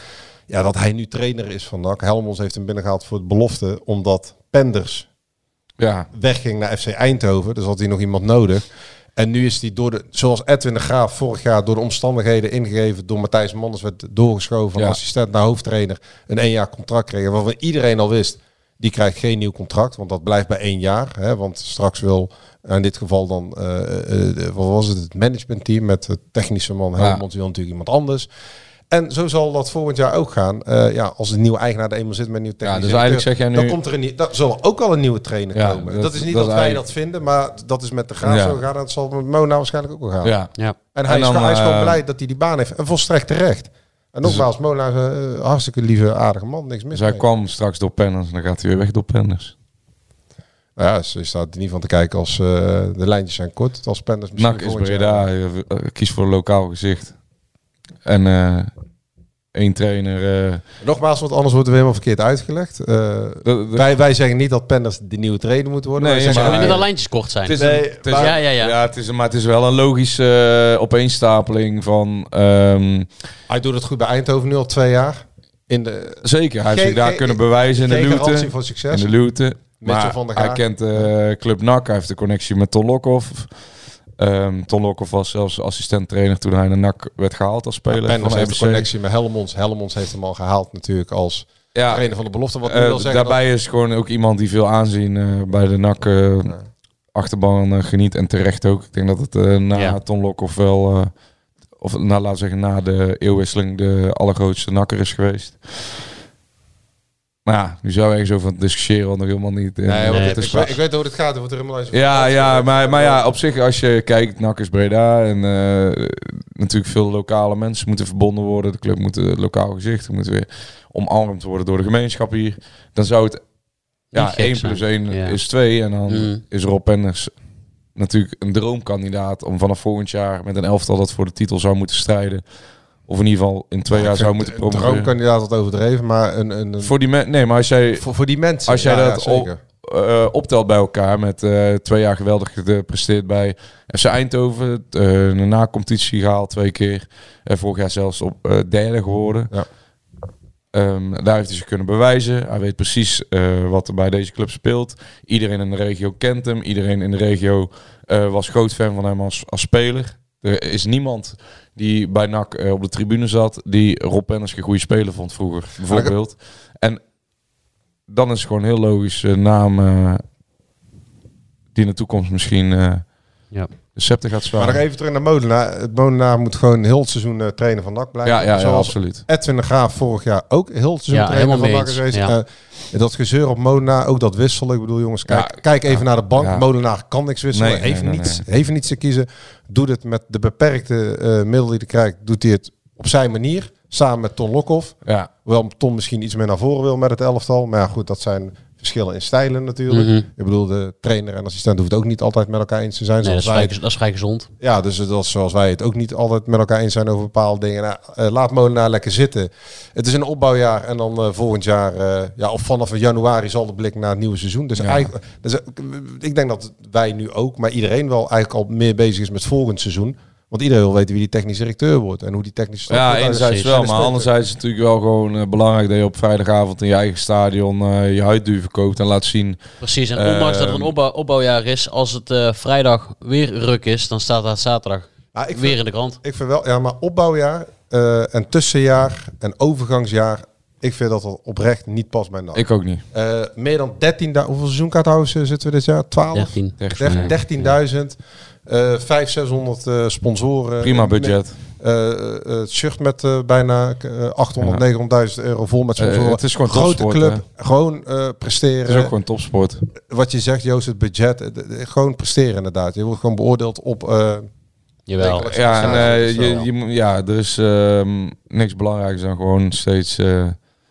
Ja, dat hij nu trainer is van N A C. Helmons heeft hem binnengehaald voor het belofte, omdat Penders ja. wegging naar F C Eindhoven. Dus had hij nog iemand nodig. En nu is hij door de, zoals Edwin de Graaf vorig jaar door de omstandigheden ingegeven, door Matthijs Manders werd doorgeschoven van ja. assistent naar hoofdtrainer, een één jaar contract kreeg. Waarvan iedereen al wist, die krijgt geen nieuw contract, want dat blijft bij één jaar. Hè, want straks wil in dit geval dan, uh, uh, wat was het, het managementteam met de technische man Helmond, ja. wil natuurlijk iemand anders. En zo zal dat volgend jaar ook gaan. Uh, ja, als de nieuwe eigenaar er eenmaal zit met een nieuwe technische ja, dus eigenlijk zeg jij nu, dan komt er een nieuw, dat zal ook al een nieuwe trainer ja, komen. Dat, dat is niet dat dat wij eigenlijk... dat vinden, maar dat is met de Graaf ja. zo gaan. En dat zal met Mona waarschijnlijk ook wel gaan. Ja. Ja. En hij, en dan, is, hij is gewoon uh, blij dat hij die baan heeft. En volstrekt terecht. En nogmaals, Mona is een uh, hartstikke lieve, aardige man. Niks mis dus hij mee. kwam straks door Penders en dan gaat hij weer weg door Penders. Nou ja, ze staat er niet van te kijken als uh, de lijntjes zijn kort. Als Penders misschien N A C is Breda, je uh, kiest voor een lokaal gezicht. En uh, één trainer... Uh, Nogmaals, want anders wordt er weer helemaal verkeerd uitgelegd. Uh, de, de, wij, wij zeggen niet dat Penders de nieuwe trainer moet worden. Nee, Ze maar willen dat lijntjes kort zijn. Het is, nee, een, het is, maar, ja, ja, ja. ja het is, maar het is wel een logische uh, opeenstapeling van... Um, hij doet het goed bij Eindhoven nu al twee jaar. In de, zeker, hij heeft geen, zich daar geen, kunnen bewijzen in de Luwte. voor succes. In de Luwte. Maar van de hij kent uh, Club N A C, hij heeft de connectie met Ton Lokhoff. Um, Ton Lokhoff was zelfs assistent-trainer toen hij naar N A C werd gehaald als speler. Ja, van heeft de connectie met Helmons. Helmons heeft hem al gehaald natuurlijk als ja, trainer van de belofte. Wat uh, wil zeggen daarbij dat... is gewoon ook iemand die veel aanzien uh, bij de N A C uh, ja. achterban uh, geniet en terecht ook. Ik denk dat het uh, na ja. Ton Lokhoff wel, uh, of nou, laten we zeggen na de eeuwwisseling de allergrootste nakker is geweest. Maar ja, nu zou je ergens over discussiëren, want nog helemaal niet. Nee, nee, nee, het is ik, ik weet hoe het gaat. Wordt er helemaal eens ja, ja, maar, maar ja, op zich als je kijkt, N A C is Breda en uh, natuurlijk veel lokale mensen moeten verbonden worden. De club moet een lokaal gezicht, moet weer omarmd worden door de gemeenschap hier. Dan zou het, ja, één plus één ja. is twee en dan mm. is Rob Penders natuurlijk een droomkandidaat om vanaf volgend jaar met een elftal dat voor de titel zou moeten strijden. Of in ieder geval in twee ja, jaar zou moeten promoveren. Een droomkandidaat had overdreven, maar een, een, een... voor die mensen. Nee, maar als jij voor, voor die mensen. Als jij ja, dat ja, op, uh, optelt bij elkaar met uh, twee jaar geweldig gepresteerd bij F C Eindhoven, uh, een na-competitie gehaald twee keer, uh, vorig jaar zelfs op uh, derde geworden. Ja. Um, daar heeft hij zich kunnen bewijzen. Hij weet precies uh, wat er bij deze club speelt. Iedereen in de regio kent hem. Iedereen in de regio uh, was groot fan van hem als, als speler. Er is niemand die bij N A C uh, op de tribune zat die Rob Penders een goede speler vond vroeger, bijvoorbeeld. En dan is het gewoon heel logisch uh, naam uh, die in de toekomst misschien uh, ja. de scepter gaat zwaaien. Maar nog even terug naar Molenaar. Het Molenaar moet gewoon heel het seizoen uh, trainer van N A C blijven. Ja, ja, ja, Zoals absoluut. Edwin de Graaf vorig jaar ook heel het seizoen ja, trainer van N A C is geweest. Ja. Uh, dat gezeur op Molenaar, ook dat wisselen. Ik bedoel jongens, kijk, ja, kijk even ja, naar de bank. Ja. Molenaar kan niks wisselen, nee, heeft, nee, nee, niets, nee. heeft niets te kiezen. Doet het met de beperkte uh, middelen die hij krijgt, doet hij het op zijn manier. Samen met Ton Lokhoff. Ja. Hoewel Ton misschien iets meer naar voren wil met het elftal. Maar ja, goed, dat zijn verschillen in stijlen natuurlijk. Mm-hmm. Ik bedoel, de trainer en assistent hoeft ook niet altijd met elkaar eens te zijn. Nee, dat, is wij, vrij, dat is vrij gezond. Ja, dus dat is zoals wij het ook niet altijd met elkaar eens zijn over bepaalde dingen. Nou, uh, laat Molenaar lekker zitten. Het is een opbouwjaar en dan uh, volgend jaar, uh, ja, of vanaf januari zal de blik naar het nieuwe seizoen. Dus, ja. eigenlijk, dus uh, ik denk dat wij nu ook, maar iedereen wel eigenlijk al meer bezig is met volgend seizoen. Want iedereen wil weten wie die technisch directeur wordt en hoe die technische stap ja, wordt. enerzijds wel, maar anderzijds is het natuurlijk wel gewoon uh, belangrijk dat je op vrijdagavond in je eigen stadion uh, je huidduur verkoopt en laat zien. Precies, en ondanks uh, dat het een opbouw, opbouwjaar is, als het uh, vrijdag weer ruk is, dan staat dat zaterdag nou, ik weer vind, in de krant. Ik vind wel, ja, maar opbouwjaar uh, en tussenjaar en overgangsjaar, ik vind dat dat oprecht niet past bij N A C. Ik ook niet. Uh, meer dan dertienduizend, hoeveel seizoenkaarthouders zitten we dit jaar? twaalf? dertien. dertienduizend. Uh, vijfhonderd, zeshonderd uh, sponsoren. Prima budget. Uh, uh, het shirt met uh, bijna uh, achthonderd, ja. negenhonderdduizend euro vol met sponsoren. Uh, het is gewoon grote topsport, club. Hè? Gewoon uh, presteren. Het is ook gewoon topsport. Wat je zegt, Joost, het budget. Uh, gewoon presteren inderdaad. Je wordt gewoon beoordeeld op... Uh, Jawel. Ja, en, uh, je, je, ja, er is uh, niks belangrijks dan gewoon steeds... Uh,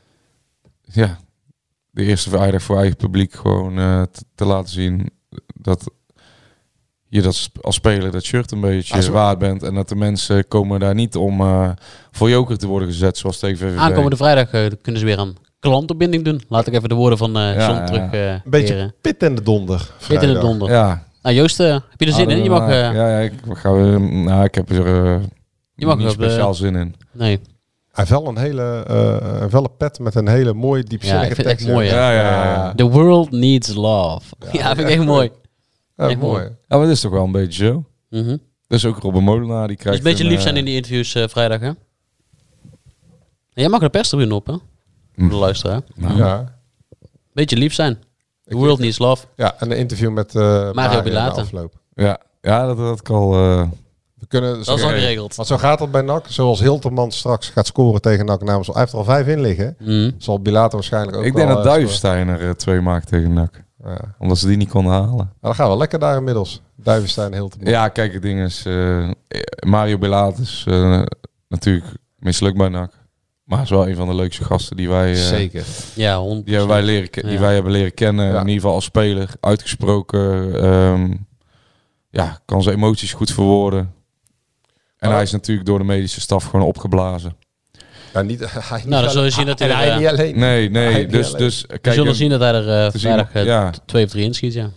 ja, de eerste vrijdag voor eigen publiek gewoon uh, te, te laten zien dat... je dat als speler dat shirt een beetje ah, waard bent. En dat de mensen komen daar niet om uh, voor joker te worden gezet, zoals tegen V V V. Aankomende vrijdag uh, kunnen ze weer aan klantopbinding doen. Laat ik even de woorden van uh, John ja, terug uh, een beetje keren. Pit in de donder. Pit in de donder. Ja. Nou Joost, uh, heb je er zin ah, in? Je mag, uh, ja, ja, ik, ga, uh, nou, ik heb er uh, je mag niet op, speciaal uh, zin in. Nee. Hij heeft wel een hele, uh, een wel een pet met een hele mooie diepzinnige Ja, ik vind het tekst. echt mooi. Ja, ja, ja, ja. The world needs love. Ja, Ja, vind ik echt mooi. Ja, Echt mooi. mooi. Ja, maar dat is toch wel een beetje zo. Mhm. Dus ook Robben Molenaar, die Dus krijgt een beetje een, lief zijn eh, in die interviews uh, vrijdag, hè? En jij mag de perstribune op, hè? Voor de luisteraar. nou, Ja. Beetje lief zijn. The Ik- world needs love. Ja, en een interview met uh, Mario in de Bilater. afloop. Ja, ja dat had ik al... eh, We kunnen, Dat is al geregeld. Want zo gaat het bij N A C. Zoals Hilterman straks gaat scoren tegen N A C namens... Hij heeft er al vijf in liggen. Mm. Zal Bilater waarschijnlijk ook ik denk wel, dat uh, Duivenstein er uh, twee maakt tegen N A C. Ja. Omdat ze die niet konden halen. Nou, dat gaat wel lekker daar inmiddels. Duivenstein en Hilterman. Ja, kijk, het ding is... uh, Mario Bilater is uh, natuurlijk mislukt bij N A C. Maar is wel een van de leukste gasten die wij... Uh, Zeker. Ja, honderd Die, hebben wij leren ke- die Ja. wij hebben leren kennen. Ja. In ieder geval als speler. Uitgesproken. Um, ja, kan zijn emoties goed verwoorden. En Maar hij is natuurlijk door de medische staf gewoon opgeblazen. Ja, niet, hij niet Nou, dan zul je alleen- zien dat hij en er, hij uh, niet alleen. Nee, Hij nee. niet Dus, alleen. dus We kijk, zullen een- zien dat hij er uh, te zien- vrijdag uh, ja. t- twee of drie inschiet, ja.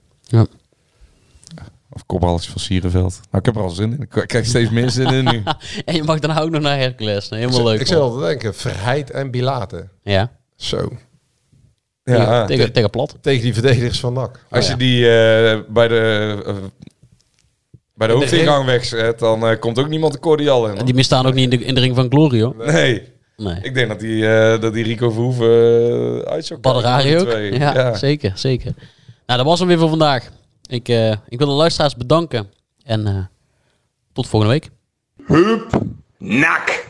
Of kopballers van Sierenveld. Nou, ik heb er al zin in. Ik krijg steeds meer zin in nu. En je mag dan ook nog naar Hercules. Nee, Ik helemaal zit- leuk. Ik zit man. al te denken, Verheid en Bilater. Ja, Zo. Ja, tegen, tegen plat. Tegen die verdedigers van N A C. als Oh, je die uh, bij de, uh, bij de In de hoofdingang wegzet, dan uh, komt ook niemand de cordial in. En die mistaan ook niet in de, in de ring van Glory, hoor. Nee. Nee. Ik denk dat die, uh, dat die Rico Verhoeven uh, uit zou komen. Badrari ook. Twee. Ja, Ja. zeker, zeker. Nou, dat was hem weer voor vandaag. Ik, uh, ik wil de luisteraars bedanken. En uh, tot volgende week. Hup, nak.